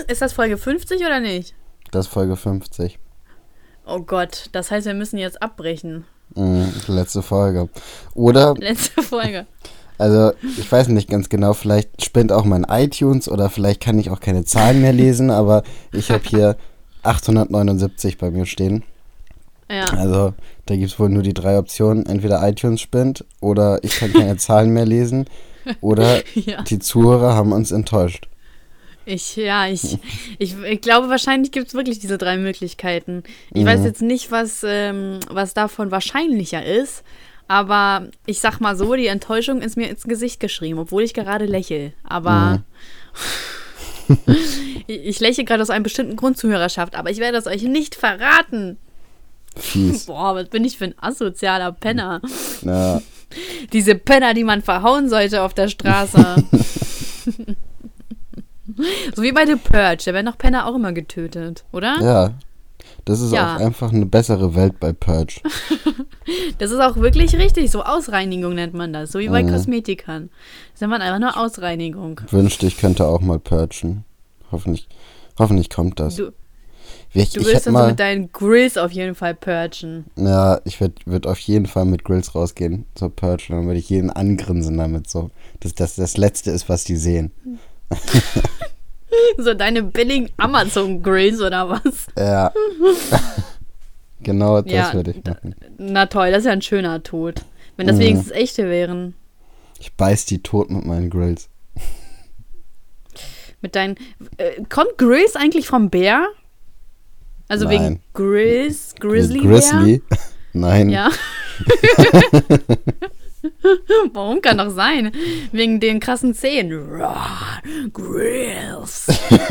ist das Folge 50 oder nicht? Das ist Folge 50. Oh Gott, das heißt, wir müssen jetzt abbrechen. Letzte Folge. Oder, Letzte Folge. also ich weiß nicht ganz genau, vielleicht spinnt auch mein iTunes oder vielleicht kann ich auch keine Zahlen mehr lesen, aber ich habe hier 879 bei mir stehen. Ja. Also da gibt es wohl nur die 3 Optionen, entweder iTunes spinnt oder ich kann keine Zahlen mehr lesen oder Ja. die Zuhörer haben uns enttäuscht. Ich glaube, wahrscheinlich gibt es wirklich diese 3 Möglichkeiten. Ich weiß jetzt nicht, was davon wahrscheinlicher ist, aber ich sag mal so, die Enttäuschung ist mir ins Gesicht geschrieben, obwohl ich gerade lächle. Aber ich lächle gerade aus einem bestimmten Grund, Zuhörerschaft, aber ich werde es euch nicht verraten. Fies. Boah, was bin ich für ein asozialer Penner. Ja. Diese Penner, die man verhauen sollte auf der Straße. So wie bei The Purge, da werden doch Penner auch immer getötet, oder? Ja, das ist Ja. auch einfach eine bessere Welt bei Purge. Das ist auch wirklich richtig, so Ausreinigung nennt man das, so wie bei Kosmetikern. Das nennt man einfach nur Ausreinigung. Wünschte, ich könnte auch mal purgen. Hoffentlich kommt das. Du Ich willst hätte dann so mal, mit deinen Grills auf jeden Fall purgen. ja, ich würd auf jeden Fall mit Grills rausgehen zur Purge. Dann würde ich jeden angrinsen damit so. Dass das Letzte ist, was die sehen. So deine billigen Amazon-Grills oder was? Ja. Genau das Ja, würde ich machen. Na toll, das ist ja ein schöner Tod. Wenn das wenigstens echte wären. Ich beiß die tot mit meinen Grills. Mit deinen. Kommt Grills eigentlich vom Bär? Also Nein. wegen Grills, Mit Grizzly-Bär? Grizzly? Nein. Ja. Warum kann doch sein? Wegen den krassen Zähnen. Roar, Grills.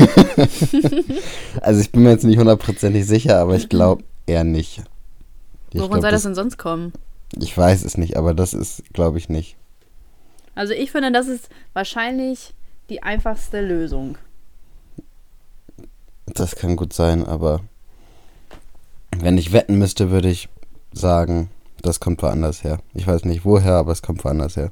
Also ich bin mir jetzt nicht hundertprozentig sicher, aber ich glaube eher nicht. Woran soll das denn sonst kommen? Ich weiß es nicht, aber das ist, glaube ich, nicht. Also ich finde, das ist wahrscheinlich die einfachste Lösung. Das kann gut sein, aber wenn ich wetten müsste, würde ich sagen, das kommt woanders her. Ich weiß nicht woher, aber es kommt woanders her.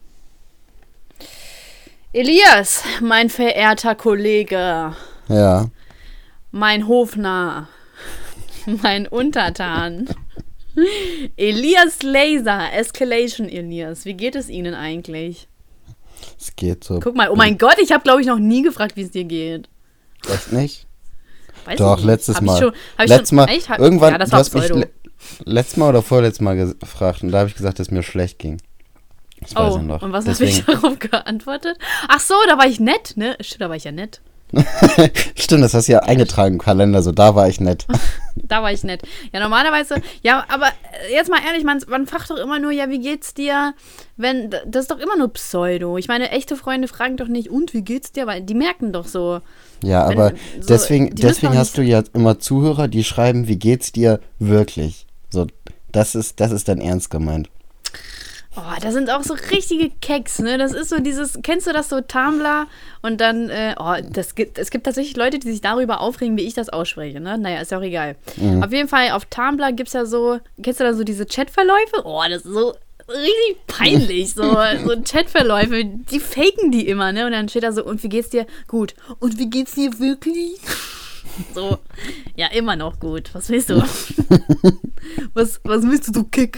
Elias, mein verehrter Kollege, Ja, mein Hofnarr, mein Untertan, Elias Laser, Escalation Elias, wie geht es Ihnen eigentlich? es geht so. Guck mal, oh mein Gott, ich habe, glaube ich, noch nie gefragt, wie es dir geht. Echt nicht? Weiß Doch, ich nicht. letztes Hab ich Mal. schon- hab ich Letztes schon- Mal, echt? irgendwann, Ja, das du war hast mich Pseudo. letztes Mal oder vorletztes Mal gefragt und da habe ich gesagt, dass es mir schlecht ging. Das weiß Oh, ich noch. und was habe ich Deswegen- darauf geantwortet? Ach so, da war ich nett, ne? Stimmt, da war ich ja nett. Stimmt, das hast du ja eingetragen im Kalender, so da war ich nett. Da war ich nett. Ja, normalerweise, ja, aber jetzt mal ehrlich, man fragt doch immer nur, ja, wie geht's dir? Das ist doch immer nur Pseudo. Ich meine, echte Freunde fragen doch nicht, und wie geht's dir? Weil die merken doch so. Ja, Wenn- aber so, deswegen die müssen doch hast du ja immer Zuhörer, die schreiben, wie geht's dir wirklich? So, das ist dann ernst gemeint. Oh, da sind auch so richtige Keks, ne? Das ist so dieses, kennst du das so, Tumblr? Und dann, es gibt tatsächlich Leute, die sich darüber aufregen, wie ich das ausspreche, ne? Naja, ist ja auch egal. Auf jeden Fall, auf Tumblr gibt's ja so, kennst du da so diese Chatverläufe? Oh, das ist so richtig peinlich, so Chatverläufe, die faken die immer, ne? Und dann steht da so, und wie geht's dir? Gut. Und wie geht's dir wirklich? So, ja, immer noch gut. Was willst du? Was willst du, Kick?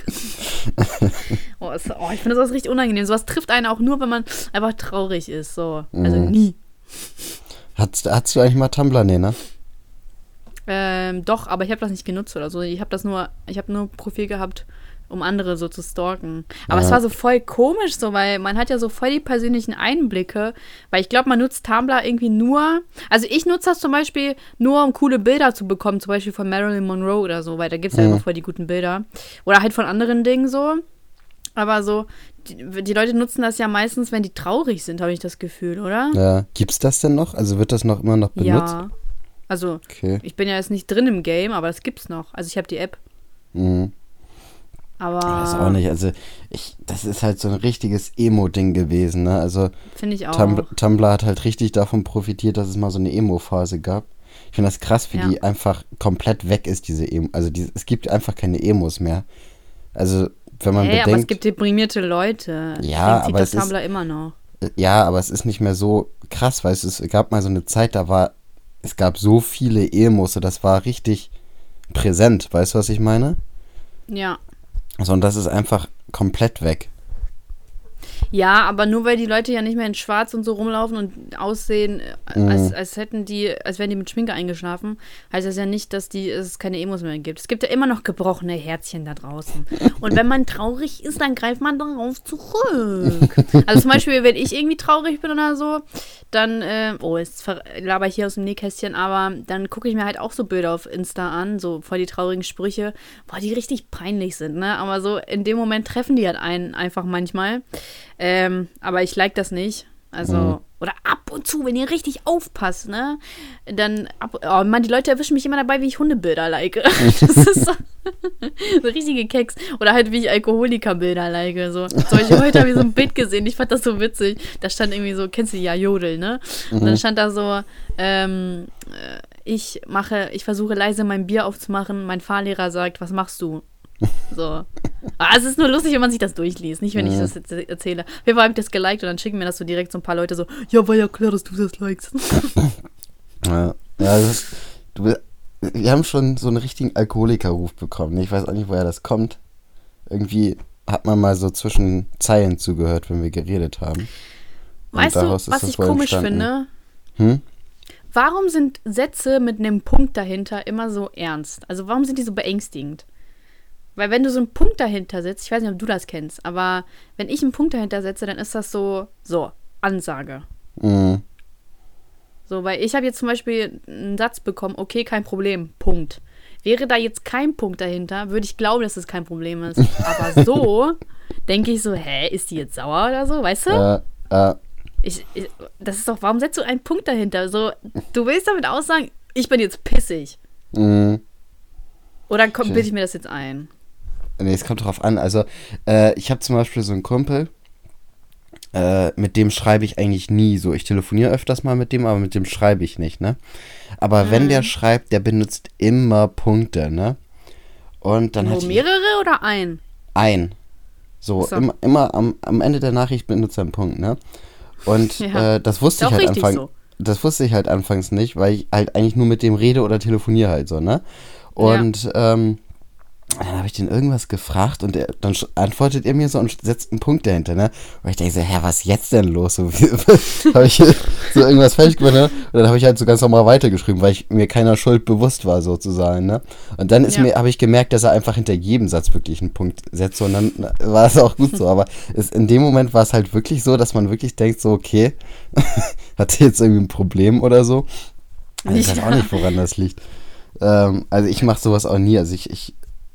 Ich finde das richtig unangenehm. Sowas trifft einen auch nur, wenn man einfach traurig ist. So. Also nie. Hattest du eigentlich mal Tumblr? Nee, ne? Doch, aber ich habe das nicht genutzt oder so. Ich habe nur Profil gehabt, um andere so zu stalken. Aber es war so voll komisch, so, weil man hat ja so voll die persönlichen Einblicke, weil ich glaube, man nutzt Tumblr irgendwie nur, also ich nutze das zum Beispiel nur, um coole Bilder zu bekommen, zum Beispiel von Marilyn Monroe oder so, weil da gibt es ja immer voll die guten Bilder. Oder halt von anderen Dingen so. Aber so, die Leute nutzen das ja meistens, wenn die traurig sind, habe ich das Gefühl, oder? Ja. Gibt's das denn noch? Also wird das noch immer noch benutzt? Ja. Also, Okay. ich bin ja jetzt nicht drin im Game, aber das gibt's noch. Also ich habe die App. Mhm. Aber Ich weiß auch nicht, also das ist halt so ein richtiges Emo-Ding gewesen, ne? Also finde ich auch. Tumblr hat halt richtig davon profitiert, dass es mal so eine Emo-Phase gab. Ich finde das krass, wie die einfach komplett weg ist, diese Emo. Also es gibt einfach keine Emos mehr. Also wenn man bedenkt... aber es gibt deprimierte Leute. Ja, deswegen aber zieht das Tumblr immer noch. Ja, aber es ist nicht mehr so krass, weil es gab mal so eine Zeit, da war es gab so viele Emos, so das war richtig präsent, weißt du, was ich meine? Ja. So, und das ist einfach komplett weg. Ja, aber nur weil die Leute ja nicht mehr in Schwarz und so rumlaufen und aussehen, als wären die mit Schminke eingeschlafen, heißt das ja nicht, dass es keine Emos mehr gibt. Es gibt ja immer noch gebrochene Herzchen da draußen. Und wenn man traurig ist, dann greift man darauf zurück. Also zum Beispiel, wenn ich irgendwie traurig bin oder so, dann, jetzt laber ich hier aus dem Nähkästchen, aber dann gucke ich mir halt auch so Bilder auf Insta an, so voll die traurigen Sprüche, die richtig peinlich sind, ne? Aber so in dem Moment treffen die halt einen einfach manchmal. Aber ich like das nicht. Also, oder ab und zu, wenn ihr richtig aufpasst, ne? Dann, die Leute erwischen mich immer dabei, wie ich Hundebilder like. Das ist so richtige Keks. Oder halt, wie ich Alkoholikerbilder like. So. Heute habe ich so ein Bild gesehen, ich fand das so witzig. Da stand irgendwie so, kennst du ja Jodel, ne? Und dann stand da so, ich versuche leise mein Bier aufzumachen, mein Fahrlehrer sagt, was machst du? So. Es ist nur lustig, wenn man sich das durchliest, nicht wenn ich das jetzt erzähle. Auf jeden Fall habe ich das geliked und dann schicken mir das so direkt so ein paar Leute so, ja, war ja klar, dass du das likest. Wir haben schon so einen richtigen Alkoholikerruf bekommen. Ich weiß auch nicht, woher das kommt. Irgendwie hat man mal so zwischen Zeilen zugehört, wenn wir geredet haben. Weißt du, was ich komisch finde? Warum sind Sätze mit einem Punkt dahinter immer so ernst? Also warum sind die so beängstigend? Weil wenn du so einen Punkt dahinter setzt, ich weiß nicht, ob du das kennst, aber wenn ich einen Punkt dahinter setze, dann ist das so, Ansage. So, weil ich habe jetzt zum Beispiel einen Satz bekommen, okay, kein Problem, Punkt. Wäre da jetzt kein Punkt dahinter, würde ich glauben, dass es kein Problem ist. Aber so denke ich so, ist die jetzt sauer oder so, weißt du? Das ist doch, warum setzt du einen Punkt dahinter? So, du willst damit aussagen, ich bin jetzt pissig. Oder bilde ich mir das jetzt ein? Nee, es kommt drauf an. Also, ich habe zum Beispiel so einen Kumpel, mit dem schreibe ich eigentlich nie so. Ich telefoniere öfters mal mit dem, aber mit dem schreibe ich nicht, ne? Aber wenn der schreibt, der benutzt immer Punkte, ne? Und dann mehrere oder ein? Ein. So. Immer am Ende der Nachricht benutzt er einen Punkt, ne? Und das wusste ich halt anfangs. So. Das wusste ich halt anfangs nicht, weil ich halt eigentlich nur mit dem rede oder telefoniere halt so, ne? Und dann habe ich den irgendwas gefragt und dann antwortet er mir so und setzt einen Punkt dahinter, ne? Und ich denke so, was ist jetzt denn los? So, habe ich so irgendwas falsch gemacht, ne? Und dann habe ich halt so ganz normal weitergeschrieben, weil ich mir keiner Schuld bewusst war, sozusagen, ne? Und dann habe ich gemerkt, dass er einfach hinter jedem Satz wirklich einen Punkt setzt und dann war es auch gut so. Aber in dem Moment war es halt wirklich so, dass man wirklich denkt so, okay, hat er jetzt irgendwie ein Problem oder so? Ich weiß auch nicht, woran das liegt. Also ich mache sowas auch nie, also ich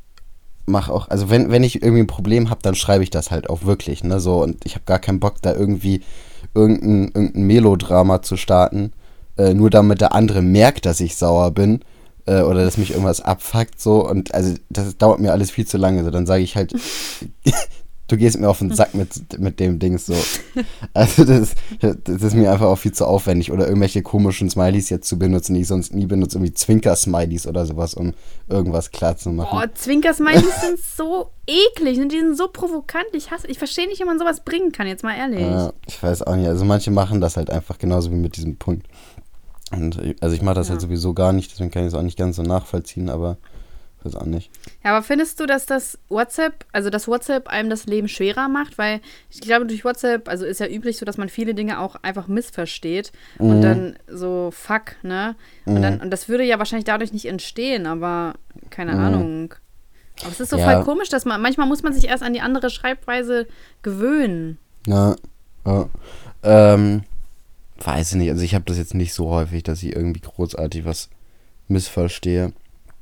mache auch, also wenn ich irgendwie ein Problem habe, dann schreibe ich das halt auch wirklich, ne, so, und ich habe gar keinen Bock, da irgendwie irgendein Melodrama zu starten, nur damit der andere merkt, dass ich sauer bin, oder dass mich irgendwas abfuckt, so, und also das dauert mir alles viel zu lange, so, dann sage ich halt, du gehst mir auf den Sack mit dem Ding, so. Also das ist mir einfach auch viel zu aufwendig. Oder irgendwelche komischen Smileys jetzt zu benutzen, die ich sonst nie benutze. Irgendwie Zwinker-Smileys oder sowas, um irgendwas klar zu machen. Zwinker-Smileys sind so eklig. Die sind so provokant. Ich verstehe nicht, wie man sowas bringen kann, jetzt mal ehrlich. Ich weiß auch nicht. Also manche machen das halt einfach genauso wie mit diesem Punkt. Und also ich mache das halt sowieso gar nicht, deswegen kann ich es auch nicht ganz so nachvollziehen, aber weiß auch nicht. Ja, aber findest du, dass das WhatsApp einem das Leben schwerer macht? Weil ich glaube, durch WhatsApp, also ist ja üblich so, dass man viele Dinge auch einfach missversteht und dann so fuck, ne? Und das würde ja wahrscheinlich dadurch nicht entstehen, aber keine Ahnung. Aber es ist so voll komisch, dass manchmal muss man sich erst an die andere Schreibweise gewöhnen. Ja. Weiß ich nicht, also ich habe das jetzt nicht so häufig, dass ich irgendwie großartig was missverstehe.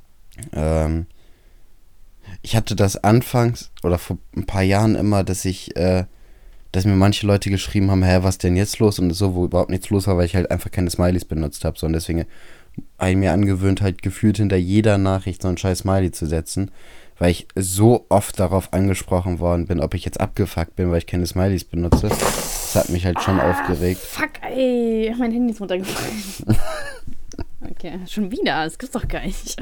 Ich hatte das anfangs oder vor ein paar Jahren immer, dass mir manche Leute geschrieben haben, was denn jetzt los? Und so, wo überhaupt nichts los war, weil ich halt einfach keine Smileys benutzt habe. So, und deswegen habe ich mir angewöhnt, halt gefühlt hinter jeder Nachricht so ein scheiß Smiley zu setzen, weil ich so oft darauf angesprochen worden bin, ob ich jetzt abgefuckt bin, weil ich keine Smileys benutze. Das hat mich halt schon aufgeregt. Fuck, ey, mein Handy ist runtergefallen. Okay, schon wieder, das gibt's doch gar nicht.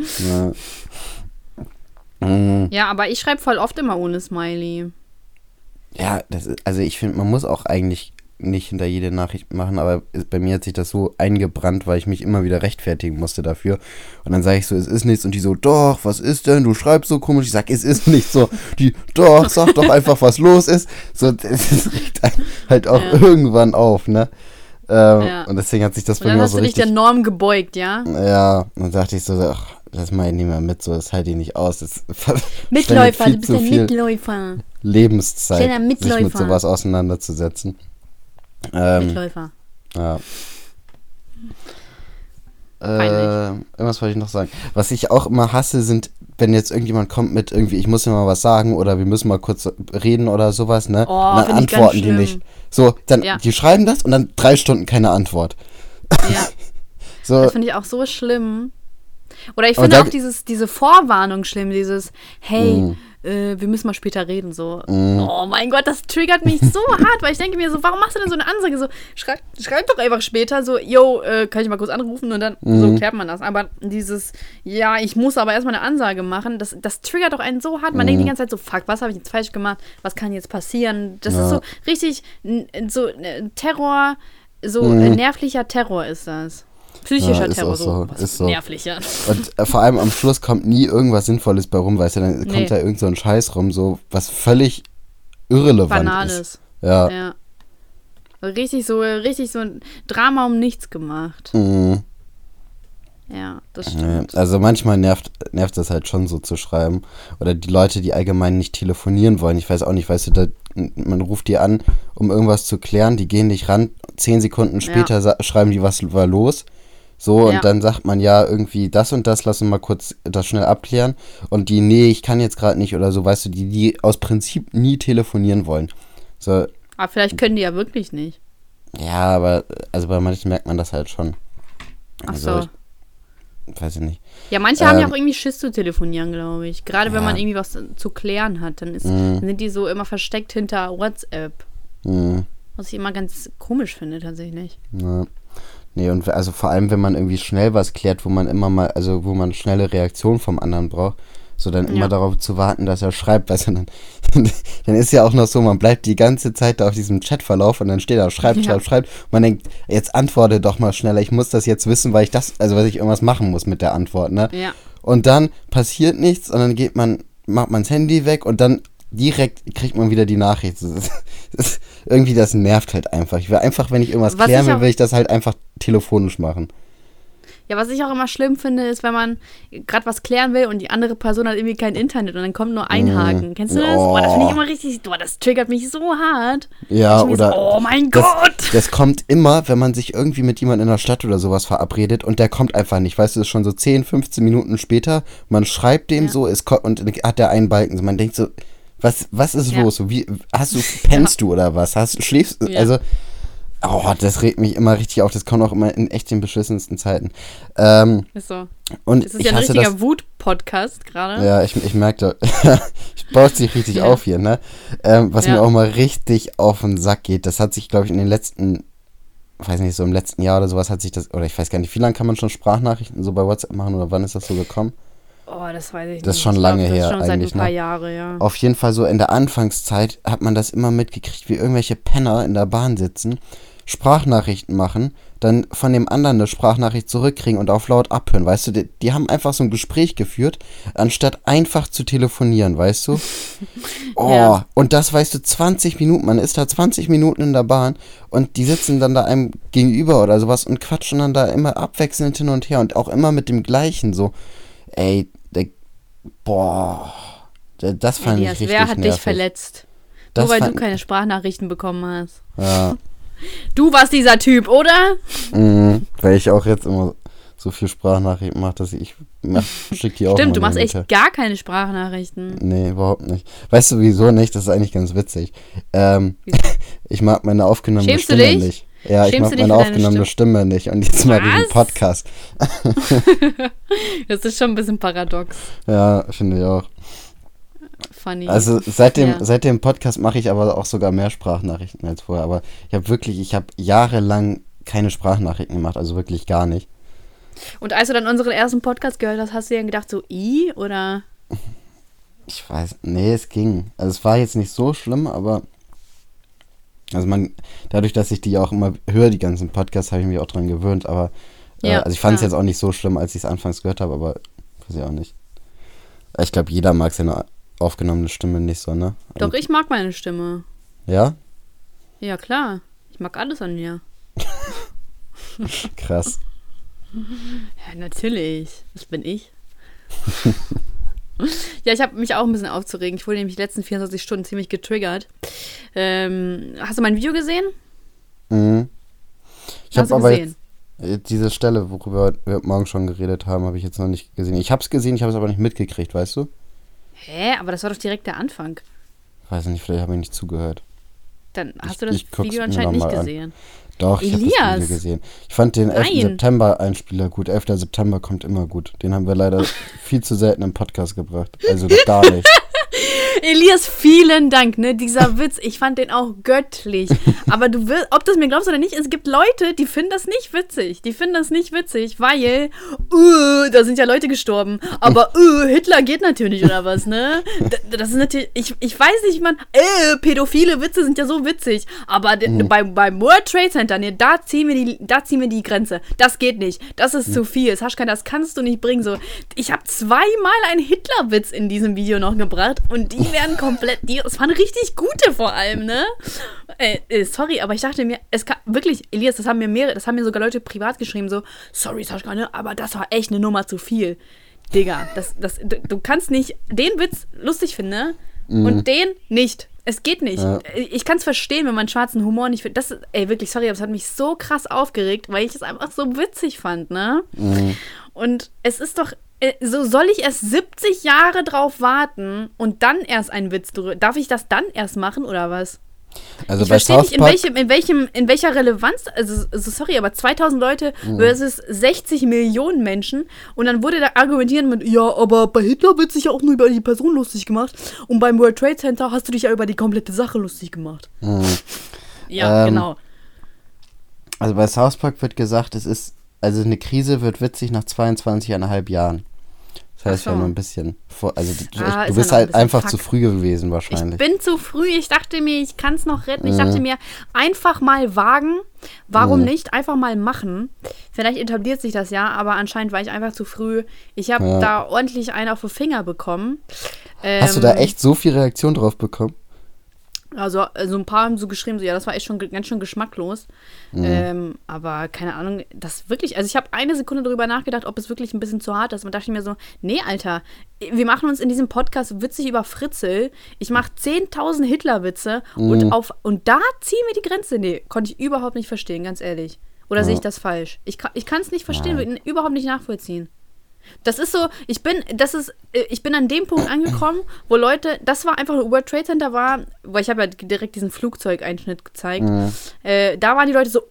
Ja, aber ich schreibe voll oft immer ohne Smiley. Ja, also ich finde, man muss auch eigentlich nicht hinter jede Nachricht machen, aber bei mir hat sich das so eingebrannt, weil ich mich immer wieder rechtfertigen musste dafür. Und dann sage ich so, es ist nichts. Und die so, doch, was ist denn? Du schreibst so komisch. Ich sage, es ist nichts. So, die, doch, sag doch einfach, was los ist. So, das regt halt auch irgendwann auf, ne? Und deswegen hat sich das bei mir auch so richtig... Dann hast du dich der Norm gebeugt, ja? Ja, und dann dachte ich so, ach, das mache ich nicht mehr mit, so, das halte ich nicht aus. Das Mitläufer, du bist ein Mitläufer. Lebenszeit, sich mit sowas auseinanderzusetzen. Mitläufer. Ja. Irgendwas wollte ich noch sagen. Was ich auch immer hasse, sind, wenn jetzt irgendjemand kommt mit irgendwie, ich muss dir mal was sagen oder wir müssen mal kurz reden oder sowas, ne? Oh, und dann antworten die nicht. So, dann, die schreiben das und dann 3 Stunden keine Antwort. Ja. So. Das finde ich auch so schlimm. Oder ich finde auch diese Vorwarnung schlimm, dieses, hey, wir müssen mal später reden, so. Oh mein Gott, das triggert mich so hart, weil ich denke mir so, warum machst du denn so eine Ansage? So, schreib doch einfach später so, yo, kann ich mal kurz anrufen und dann so klärt man das. Aber dieses, ja, ich muss aber erstmal eine Ansage machen, das triggert doch einen so hart. Man denkt die ganze Zeit so, fuck, was habe ich jetzt falsch gemacht? Was kann jetzt passieren? Das ist so richtig, so Terror, so nervlicher Terror ist das. Psychischer Terror, so. Ist so. Nervlicher. Und vor allem am Schluss kommt nie irgendwas Sinnvolles bei rum, weißt du, dann kommt da irgend so ein Scheiß rum, so was völlig irrelevant Banales. ist. Ja. Richtig so ein Drama um nichts gemacht. Ja, das stimmt. Also manchmal nervt das halt schon so zu schreiben. Oder die Leute, die allgemein nicht telefonieren wollen. Ich weiß auch nicht, weißt du, man ruft die an, um irgendwas zu klären, die gehen nicht ran, 10 Sekunden später schreiben die, was war los. So, und dann sagt man ja irgendwie das und das, lass uns mal kurz das schnell abklären. Und die, nee, ich kann jetzt gerade nicht oder so, weißt du, die aus Prinzip nie telefonieren wollen. So. Aber vielleicht können die ja wirklich nicht. Ja, aber also bei manchen merkt man das halt schon. Ach so. Weiß ich nicht. Ja, manche haben ja auch irgendwie Schiss zu telefonieren, glaube ich. Gerade wenn man irgendwie was zu klären hat, dann sind die so immer versteckt hinter WhatsApp. Was ich immer ganz komisch finde, tatsächlich. Ja. Nee, und also vor allem, wenn man irgendwie schnell was klärt, wo man immer mal, also wo man schnelle Reaktion vom anderen braucht, so dann immer darauf zu warten, dass er schreibt, weißt du, dann ist ja auch noch so, man bleibt die ganze Zeit da auf diesem Chatverlauf und dann steht da, schreibt. Man denkt, jetzt antworte doch mal schneller, ich muss das jetzt wissen, weil ich irgendwas machen muss mit der Antwort, ne? Ja. Und dann passiert nichts und dann macht man das Handy weg und dann direkt kriegt man wieder die Nachricht. Irgendwie, das nervt halt einfach. Ich will einfach, wenn ich irgendwas klären will, will ich das halt einfach telefonisch machen. Ja, was ich auch immer schlimm finde, ist, wenn man gerade was klären will und die andere Person hat irgendwie kein Internet und dann kommt nur ein Haken. Kennst du das? Boah, das finde ich immer richtig, das triggert mich so hart. Ja, oder so, oh mein Gott! Das kommt immer, wenn man sich irgendwie mit jemandem in der Stadt oder sowas verabredet und der kommt einfach nicht. Weißt du, das ist schon so 10, 15 Minuten später, man schreibt dem so, und hat der einen Balken. Man denkt so, was ist los? Wie, pennst du oder was? Schläfst du? Ja. Also, das regt mich immer richtig auf. Das kommt auch immer in echt den beschissensten Zeiten. Ist so. Und das ist ja ein richtiger Wut-Podcast gerade. Ja, ich merke, ich baue sich richtig auf hier, ne? Was mir auch mal richtig auf den Sack geht, das hat sich, glaube ich, in den letzten, weiß nicht, so im letzten Jahr oder sowas hat sich das, oder ich weiß gar nicht, wie lange kann man schon Sprachnachrichten so bei WhatsApp machen oder wann ist das so gekommen? Oh, das weiß ich nicht. Das ist schon lange her schon eigentlich. Seit ein paar Jahre, ja. Auf jeden Fall so in der Anfangszeit hat man das immer mitgekriegt, wie irgendwelche Penner in der Bahn sitzen, Sprachnachrichten machen, dann von dem anderen eine Sprachnachricht zurückkriegen und auf laut abhören, weißt du, die haben einfach so ein Gespräch geführt, anstatt einfach zu telefonieren, weißt du? Und das, weißt du, 20 Minuten, man ist da 20 Minuten in der Bahn und die sitzen dann da einem gegenüber oder sowas und quatschen dann da immer abwechselnd hin und her und auch immer mit dem gleichen so, ey, das fand ich richtig nervig. Wer hat dich verletzt? Nur weil du keine Sprachnachrichten bekommen hast. Ja. Du warst dieser Typ, oder? Weil ich auch jetzt immer so viel Sprachnachrichten mache, dass ich schicke die auch. Stimmt, du machst echt gar keine Sprachnachrichten. Nee, überhaupt nicht. Weißt du wieso nicht? Das ist eigentlich ganz witzig. Ich mag meine aufgenommene Stimme nicht. Ja, ich mag meine aufgenommene Stimme nicht und jetzt mache ich einen Podcast. Das ist schon ein bisschen paradox. Ja, finde ich auch. Funny. Also seit dem Podcast mache ich aber auch sogar mehr Sprachnachrichten als vorher. Aber ich habe jahrelang keine Sprachnachrichten gemacht, also wirklich gar nicht. Und als du dann unseren ersten Podcast gehört hast, hast du dir dann gedacht so, oder? Ich weiß, nee, es ging. Also es war jetzt nicht so schlimm, aber Also dadurch, dass ich die auch immer höre, die ganzen Podcasts, habe ich mich auch dran gewöhnt, aber also ich fand es jetzt auch nicht so schlimm, als ich es anfangs gehört habe, aber weiß ich auch nicht. Ich glaube, jeder mag seine aufgenommene Stimme nicht so, ne? Doch, ich mag meine Stimme. Ja? Ja, klar. Ich mag alles an mir. Krass. Ja, natürlich. Das bin ich. Ja, ich habe mich auch ein bisschen aufzuregen. Ich wurde nämlich die letzten 24 Stunden ziemlich getriggert. Hast du mein Video gesehen? Mhm. Ich habe aber jetzt diese Stelle, worüber wir morgen schon geredet haben, habe ich jetzt noch nicht gesehen. Ich habe es gesehen, ich habe es aber nicht mitgekriegt, weißt du? Hä? Aber das war doch direkt der Anfang. Weiß nicht, vielleicht habe ich nicht zugehört. Dann hast du das Video anscheinend nicht gesehen. Doch, ich habe das Video gesehen. Ich fand den 11. September-Einspieler gut. 11. September kommt immer gut. Den haben wir leider viel zu selten im Podcast gebracht. Also gar nicht. Elias, vielen Dank, ne? Dieser Witz, ich fand den auch göttlich. Aber du willst, ob du es mir glaubst oder nicht, es gibt Leute, die finden das nicht witzig. Die finden das nicht witzig, weil, da sind ja Leute gestorben. Aber, Hitler geht natürlich, oder was, ne? Das ist natürlich, ich weiß nicht, pädophile Witze sind ja so witzig. Aber beim World Trade Center, ne, da ziehen wir die Grenze. Das geht nicht. Das ist zu viel. Saschka, das kannst du nicht bringen. So, ich habe zweimal einen Hitler-Witz in diesem Video noch gebracht und die werden komplett, das waren richtig gute vor allem, ne? Sorry, aber ich dachte mir, es kann, wirklich, Elias, das haben mir sogar Leute privat geschrieben, so, sorry, Saschka, ne, aber das war echt eine Nummer zu viel. Digga, du kannst nicht den Witz lustig finden, ne? Und den nicht. Es geht nicht. Ja. Ich kann es verstehen, wenn man schwarzen Humor nicht findet. Wirklich, sorry, aber es hat mich so krass aufgeregt, weil ich es einfach so witzig fand, ne? Und es ist doch, so soll ich erst 70 Jahre drauf warten und dann erst einen Witz drüber. Darf ich das dann erst machen oder was? Also ich verstehe nicht, in welcher Relevanz, also sorry, aber 2000 Leute versus 60 Millionen Menschen und dann wurde da argumentiert mit, ja, aber bei Hitler wird sich ja auch nur über die Person lustig gemacht und beim World Trade Center hast du dich ja über die komplette Sache lustig gemacht. Ja, genau. Also bei South Park wird gesagt, also eine Krise wird witzig nach 22,5 Jahren. Das heißt, wir haben ein bisschen du bist halt einfach zu früh gewesen wahrscheinlich. Ich bin zu früh. Ich dachte mir, ich kann es noch retten. Ich dachte mir, einfach mal wagen. Warum nicht? Einfach mal machen. Vielleicht etabliert sich das ja, aber anscheinend war ich einfach zu früh. Ich habe da ordentlich einen auf den Finger bekommen. Hast du da echt so viel Reaktion drauf bekommen? Also ein paar haben so geschrieben, so, ja, das war echt schon ganz schön geschmacklos. Aber keine Ahnung, das wirklich, also ich habe eine Sekunde darüber nachgedacht, ob es wirklich ein bisschen zu hart ist. Und dachte ich mir so, nee, Alter, wir machen uns in diesem Podcast witzig über Fritzl. Ich mache 10.000 Hitler-Witze und da ziehen wir die Grenze. Nee, konnte ich überhaupt nicht verstehen, ganz ehrlich. Oder sehe ich das falsch? Ich kann es nicht verstehen, überhaupt nicht nachvollziehen. Das ist so, ich bin an dem Punkt angekommen, wo Leute, das war einfach, World Trade Center war, weil ich habe ja direkt diesen Flugzeugeinschnitt gezeigt, da waren die Leute so,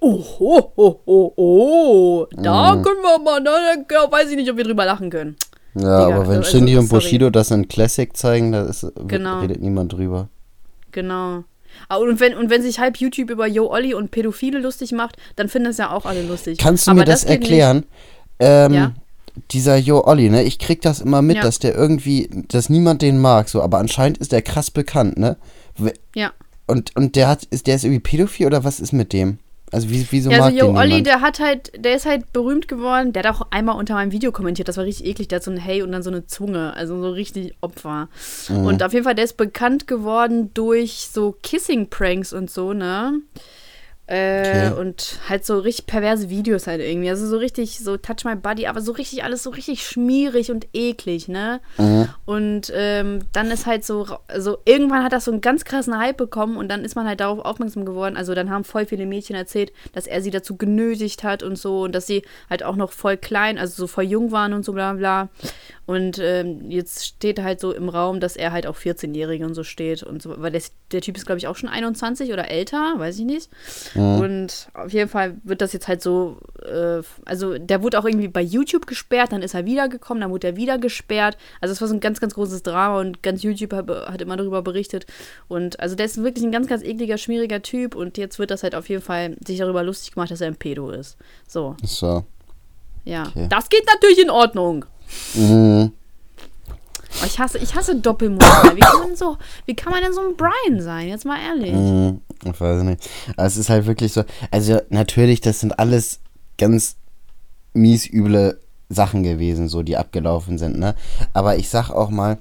da können wir mal, da weiß ich nicht, ob wir drüber lachen können. Ja, Digga, aber wenn Shindy und Bushido das in Classic zeigen, da redet niemand drüber. Genau. Und wenn sich halb YouTube über Yo Olli und Pädophile lustig macht, dann finden es ja auch alle lustig. Kannst du mir das erklären? Ja? Dieser Yo Olli, ne? Ich krieg das immer mit, dass der irgendwie, dass niemand den mag, so, aber anscheinend ist der krass bekannt, ne? Ja. Und der ist irgendwie pädophil oder was ist mit dem? Also wieso mag den niemand? Ja, also Yo Olli, niemand? der ist halt berühmt geworden, der hat auch einmal unter meinem Video kommentiert, das war richtig eklig, der hat so ein Hey und dann so eine Zunge, also so richtig Opfer. Und auf jeden Fall, der ist bekannt geworden durch so Kissing-Pranks und so, ne? Okay. Und halt so richtig perverse Videos halt irgendwie. Also so richtig so Touch My Body, aber so richtig alles so richtig schmierig und eklig, ne? Und dann ist halt so irgendwann hat das so einen ganz krassen Hype bekommen und dann ist man halt darauf aufmerksam geworden. Also dann haben voll viele Mädchen erzählt, dass er sie dazu genötigt hat und so und dass sie halt auch noch voll klein, also so voll jung waren und so bla bla. Und jetzt steht halt so im Raum, dass er halt auch 14-Jährige und so steht und so, weil der Typ ist, glaube ich, auch schon 21 oder älter, weiß ich nicht. Und auf jeden Fall wird das jetzt halt so, also der wurde auch irgendwie bei YouTube gesperrt, dann ist er wiedergekommen, dann wurde er wieder gesperrt. Also es war so ein ganz, ganz großes Drama und ganz YouTube hat immer darüber berichtet. Und also der ist wirklich ein ganz, ganz ekliger, schmieriger Typ und jetzt wird das halt auf jeden Fall sich darüber lustig gemacht, dass er ein Pedo ist. So. Ja, okay. Das geht natürlich in Ordnung. Ich hasse Doppelmoral. Wie kann man denn so ein Brian sein? Jetzt mal ehrlich. Ich weiß nicht. Aber es ist halt wirklich so, also natürlich, das sind alles ganz mies üble Sachen gewesen, so die abgelaufen sind, ne? Aber ich sag auch mal,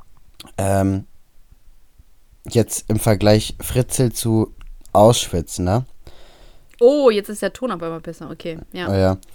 jetzt im Vergleich Fritzl zu Auschwitz, ne? Oh, jetzt ist der Ton auf einmal besser, okay, ja. Oh ja.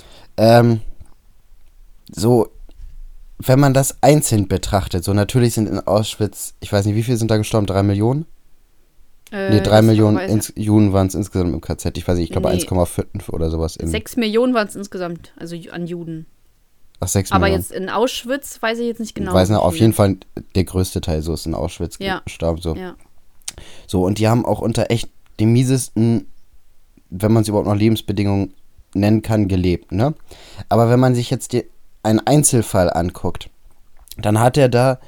So, wenn man das einzeln betrachtet, so natürlich sind in Auschwitz, ich weiß nicht, wie viele sind da gestorben? 3 Millionen? Nee, 3 Millionen Juden waren es insgesamt im KZ. Ich weiß nicht, ich glaube 1,5 oder sowas. 6 Millionen waren es insgesamt, also an Juden. Ach, 6 Millionen. Aber jetzt in Auschwitz weiß ich jetzt nicht genau. Ich weiß nicht, auf jeden Fall der größte Teil so ist in Auschwitz gestorben. So. Ja. So, und die haben auch unter echt den miesesten, wenn man es überhaupt noch Lebensbedingungen nennen kann, gelebt, ne? Aber wenn man sich jetzt einen Einzelfall anguckt, dann hat er da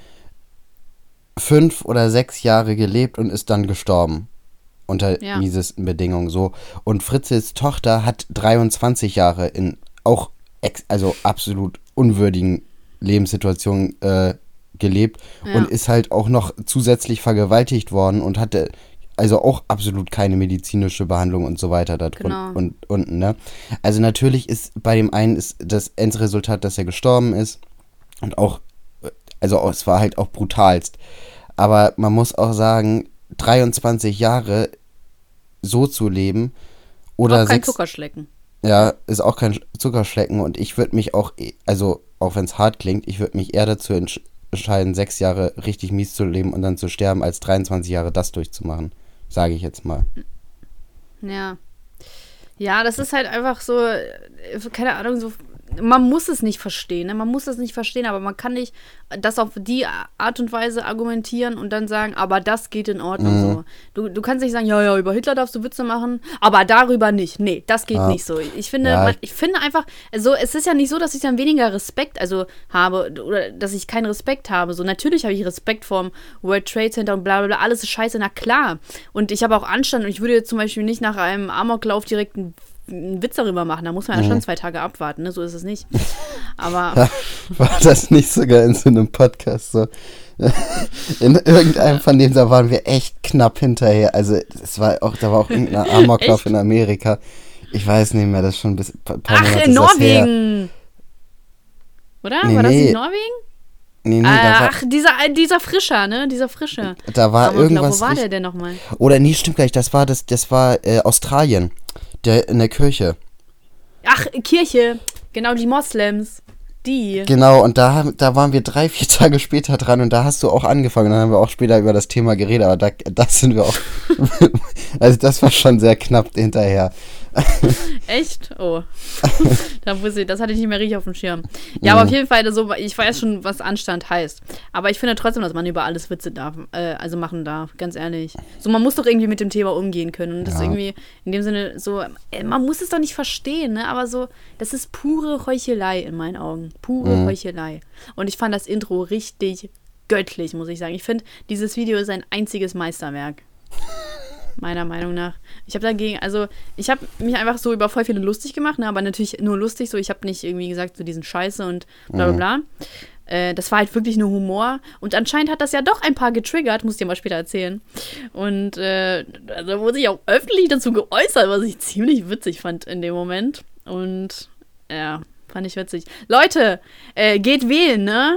5 oder 6 Jahre gelebt und ist dann gestorben. Unter miesesten Bedingungen, so. Und Fritzls Tochter hat 23 Jahre in auch also absolut unwürdigen Lebenssituationen gelebt und ist halt auch noch zusätzlich vergewaltigt worden und hatte also auch absolut keine medizinische Behandlung und so weiter da drunten und unten, ne? Also natürlich ist bei dem einen ist das Endresultat, dass er gestorben ist und auch, also es war halt auch brutalst. Aber man muss auch sagen, 23 Jahre so zu leben oder auch kein Zuckerschlecken. Ja, ist auch kein Zuckerschlecken und ich würde mich auch, also auch wenn es hart klingt, ich würde mich eher dazu entscheiden, 6 Jahre richtig mies zu leben und dann zu sterben, als 23 Jahre das durchzumachen, sage ich jetzt mal. Ja. Ja, das ist halt einfach so, keine Ahnung, so, man muss es nicht verstehen, ne? Man muss es nicht verstehen, aber man kann nicht das auf die Art und Weise argumentieren und dann sagen, aber das geht in Ordnung so. Du kannst nicht sagen, ja, über Hitler darfst du Witze machen, aber darüber nicht. Nee, das geht nicht so. Ich finde, ich finde einfach, also es ist ja nicht so, dass ich dann weniger Respekt habe oder dass ich keinen Respekt habe. So, natürlich habe ich Respekt vorm World Trade Center und bla bla bla, alles ist scheiße, na klar. Und ich habe auch Anstand und ich würde jetzt zum Beispiel nicht nach einem Amoklauf direkt einen Witz darüber machen, da muss man ja schon 2 Tage abwarten, ne? So ist es nicht. Aber war das nicht sogar in so einem Podcast so? In irgendeinem von denen, da waren wir echt knapp hinterher. Also da war auch irgendein Amoklauf in Amerika. Ich weiß nicht mehr, das ist schon ein paar Monate in Norwegen! Oder? Nee, war das in Norwegen? Nee, dieser Frischer, ne? Dieser Frische. Da war irgendwas. Wo war der denn nochmal? Oder nee, stimmt gleich, das war Australien. Der in der Kirche. Ach, Kirche. Genau, die Moslems. Die. Genau, und da waren wir 3-4 Tage später dran und da hast du auch angefangen. Dann haben wir auch später über das Thema geredet, aber das sind wir auch. Also das war schon sehr knapp hinterher. Echt? Oh. Das hatte ich nicht mehr richtig auf dem Schirm. Ja, aber auf jeden Fall, also, ich weiß schon, was Anstand heißt. Aber ich finde trotzdem, dass man über alles Witze machen darf, ganz ehrlich. So, man muss doch irgendwie mit dem Thema umgehen können. Und das ist irgendwie in dem Sinne so, man muss es doch nicht verstehen, ne? Aber so, das ist pure Heuchelei in meinen Augen. Pure Heuchelei. Und ich fand das Intro richtig göttlich, muss ich sagen. Ich finde, dieses Video ist ein einziges Meisterwerk. Meiner Meinung nach. Ich habe mich einfach so über voll viele lustig gemacht, ne, aber natürlich nur lustig, so, ich habe nicht irgendwie gesagt, so diesen Scheiße und bla bla bla. Das war halt wirklich nur Humor und anscheinend hat das ja doch ein paar getriggert, muss ich dir mal später erzählen. Und also wurde ich auch öffentlich dazu geäußert, was ich ziemlich witzig fand in dem Moment. Und ja, fand ich witzig. Leute, geht wählen, ne?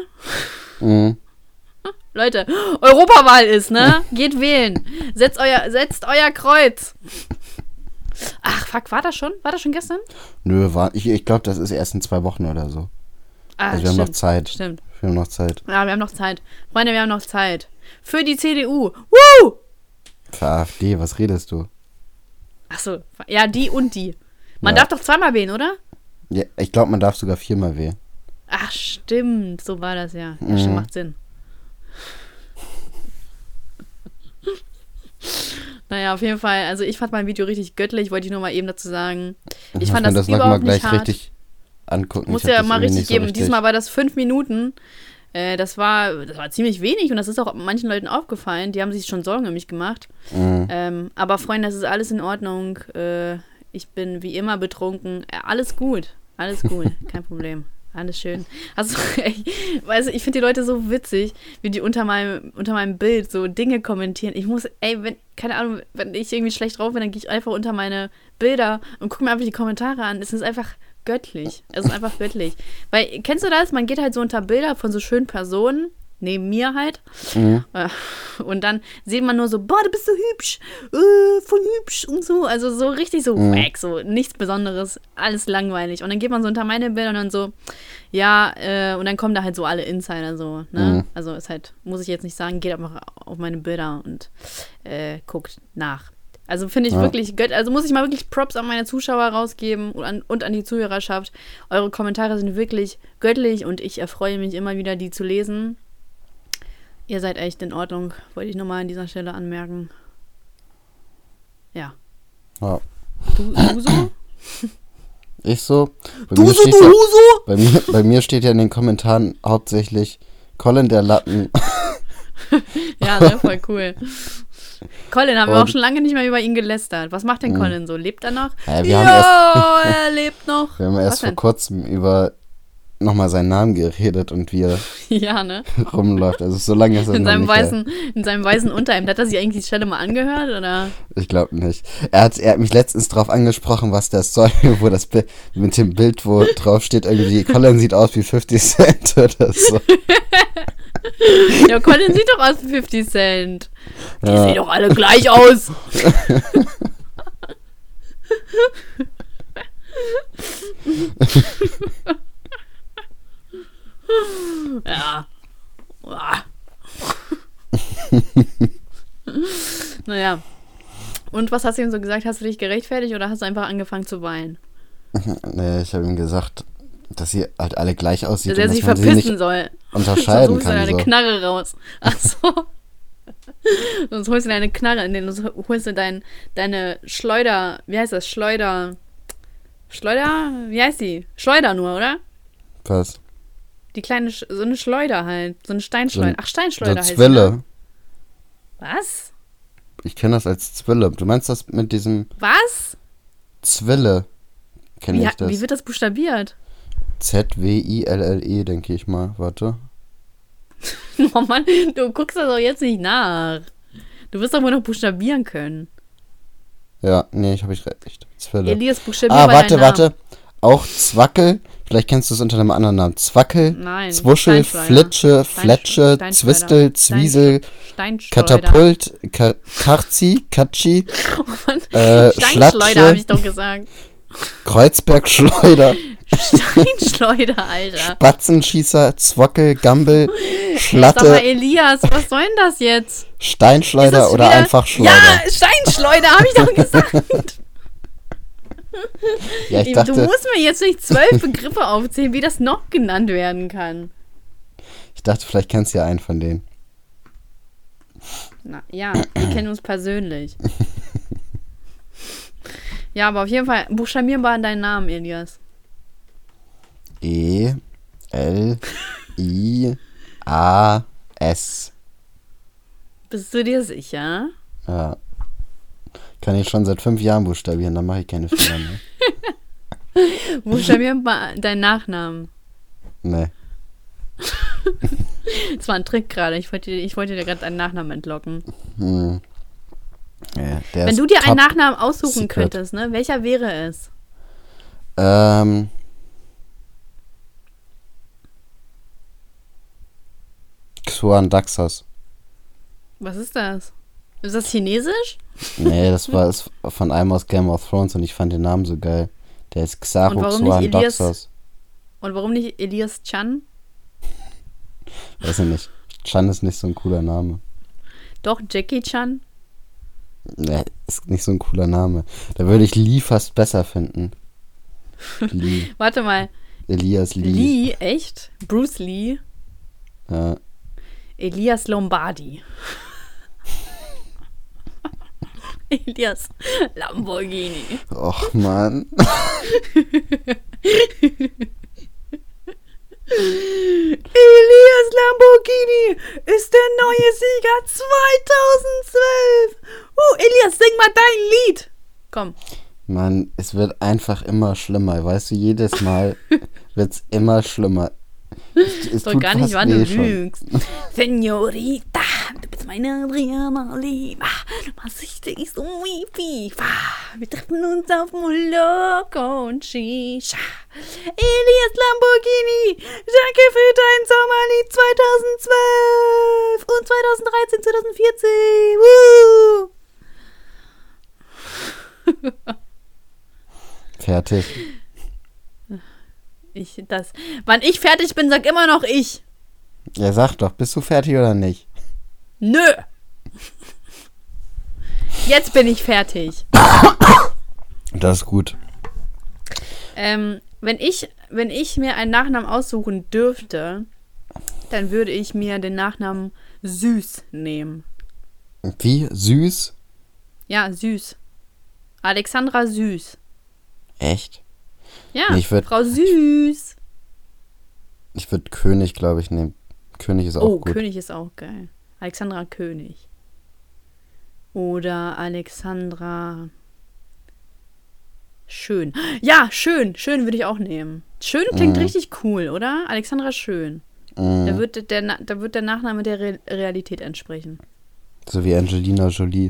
Leute, Europawahl ist, ne? Geht wählen. Setzt euer Kreuz. Ach, fuck, war das schon? War das schon gestern? Nö, ich glaube, das ist erst in 2 Wochen oder so. Also wir haben noch Zeit. Stimmt. Wir haben noch Zeit. Ja, wir haben noch Zeit. Freunde, wir haben noch Zeit. Für die CDU. Woo! Für AfD, was redest du? Ach so, ja, die und die. Man darf doch 2-mal wählen, oder? Ja, ich glaube, man darf sogar 4-mal wählen. Ach, stimmt. So war das ja. Ja, stimmt, macht Sinn. Naja, auf jeden Fall, also ich fand mein Video richtig göttlich, wollte ich nur mal eben dazu sagen. Ich fand das überhaupt nicht hart. Richtig angucken. Muss ja mal richtig geben. Diesmal war das 5 Minuten. Das war ziemlich wenig und das ist auch manchen Leuten aufgefallen. Die haben sich schon Sorgen um mich gemacht. Aber Freunde, das ist alles in Ordnung. Ich bin wie immer betrunken. Alles gut. Alles gut. Kein Problem. Alles schön. Also, ich finde die Leute so witzig, wie die unter meinem Bild so Dinge kommentieren. Ich muss, keine Ahnung, wenn ich irgendwie schlecht drauf bin, dann gehe ich einfach unter meine Bilder und gucke mir einfach die Kommentare an. Es ist einfach göttlich. Es ist einfach göttlich. Weil, kennst du das? Man geht halt so unter Bilder von so schönen Personen, neben mir halt. Mhm. Und dann sieht man nur so, boah, du bist so hübsch, voll hübsch und so. Also so richtig so wack, so nichts Besonderes, alles langweilig. Und dann geht man so unter meine Bilder und dann so, ja, und dann kommen da halt so alle Insider so, ne? Mhm. Also ist halt, muss ich jetzt nicht sagen, geht einfach auf meine Bilder und guckt nach. Also finde ich wirklich, also muss ich mal wirklich Props an meine Zuschauer rausgeben und an die Zuhörerschaft. Eure Kommentare sind wirklich göttlich und ich erfreue mich immer wieder, die zu lesen. Ihr seid echt in Ordnung, wollte ich nochmal an dieser Stelle anmerken. Ja. Ja. Du so? Ich so? Bei mir steht ja in den Kommentaren hauptsächlich Colin der Lappen. Ja, ne, voll cool. Colin, haben wir auch schon lange nicht mehr über ihn gelästert. Was macht denn Colin so? Lebt er noch? Ja, er lebt noch. Wir haben erst vor kurzem über nochmal seinen Namen geredet und wie er rumläuft. Also so lange ist er in seinem weißen Unterhemd. Hat er sich eigentlich die Stelle mal angehört, oder? Ich glaube nicht. Er hat mich letztens drauf angesprochen, was das soll, wo das mit dem Bild, wo drauf steht, irgendwie Colin sieht aus wie 50 Cent oder so. Ja, Colin sieht doch aus wie 50 Cent. Die sehen doch alle gleich aus. Ja. Naja. Und was hast du ihm so gesagt? Hast du dich gerechtfertigt oder hast du einfach angefangen zu weinen? Nee, ich habe ihm gesagt, dass sie halt alle gleich aussieht. Dass er sich verpissen soll. Unterscheiden Sonst holst du deine Knarre raus. Ach so. Sonst holst du deine Knarre, sonst holst du deine Schleuder, wie heißt das? Schleuder, wie heißt die? Schleuder nur, oder? Was? Die kleine, so eine Schleuder halt, so eine Steinschleuder. Ach, Steinschleuder heißt Zwille. Die, ne? Was? Ich kenne das als Zwille. Du meinst das mit diesem... Was? Zwille. Kenne ich das. Wie wird das buchstabiert? Z-W-I-L-L-E, denke ich mal. Warte. Oh Mann, du guckst das doch jetzt nicht nach. Du wirst doch wohl noch buchstabieren können. Ja, nee, ich habe recht. Zwille. Elias, buchstabier warte. Auch Zwackel. Vielleicht kennst du es unter einem anderen Namen. Zwackel, Nein, Zwuschel, Flitsche, Fletsche, Zwistel, Zwiesel, Katapult, Karzi, Katschi, Steinschleuder, habe ich doch gesagt. Kreuzbergschleuder. Steinschleuder, Alter. Spatzenschießer, Zwockel, Gambel, Schlatte. Sag mal, Elias, was soll denn das jetzt? Steinschleuder oder einfach Schleuder? Ja, Steinschleuder, habe ich doch gesagt. Ja, ich dachte, du musst mir jetzt nicht 12 Begriffe aufzählen, wie das noch genannt werden kann. Ich dachte, vielleicht kennst du ja einen von denen. Na, ja, wir kennen uns persönlich. Ja, aber auf jeden Fall, buchstabier mal deinen Namen, Elias. E-L-I-A-S. Bist du dir sicher? Ja. Kann ich schon seit 5 Jahren buchstabieren, dann mache ich keine Fehler mehr. Buchstabier mal deinen Nachnamen. Nee. Das war ein Trick gerade. Ich wollte dir gerade deinen Nachnamen entlocken. Ja, wenn du dir einen Nachnamen aussuchen könntest, ne? Welcher wäre es? Xuan Daxos. Was ist das? Ist das chinesisch? Nee, das war es von einem aus Game of Thrones und ich fand den Namen so geil. Der ist Xaro Xuan Daxos. Und warum nicht Elias Chan? Weiß ich nicht. Chan ist nicht so ein cooler Name. Doch, Jackie Chan? Nee, ist nicht so ein cooler Name. Da würde ich Lee fast besser finden. Lee. Warte mal. Elias Lee. Lee, echt? Bruce Lee? Ja. Elias Lombardi. Elias Lamborghini. Och, Mann. Elias Lamborghini ist der neue Sieger 2012. Elias, sing mal dein Lied. Komm. Mann, es wird einfach immer schlimmer. Weißt du, jedes Mal, wird's immer schlimmer. Es doch gar nicht, wann du lügst. Senorita, du bist meine Adriana Lima. Du machst dich so wie wir treffen uns auf Moloko und Shisha. Elias Lamborghini, danke für dein Sommerlied 2012 und 2013, 2014. Fertig. Wann ich fertig bin, sag immer noch ich. Ja, sag doch, bist du fertig oder nicht? Nö. Jetzt bin ich fertig. Das ist gut. Wenn ich mir einen Nachnamen aussuchen dürfte, dann würde ich mir den Nachnamen Süß nehmen. Wie? Süß? Ja, Süß. Alexandra Süß. Echt? Ja, nee, Frau Süß. Ich würde König, glaube ich, nehmen. König ist auch gut. Oh, König ist auch geil. Alexandra König. Oder Alexandra Schön. Ja, Schön. Schön würde ich auch nehmen. Schön klingt richtig cool, oder? Alexandra Schön. Da wird der Nachname der Realität entsprechen. So wie Angelina Jolie.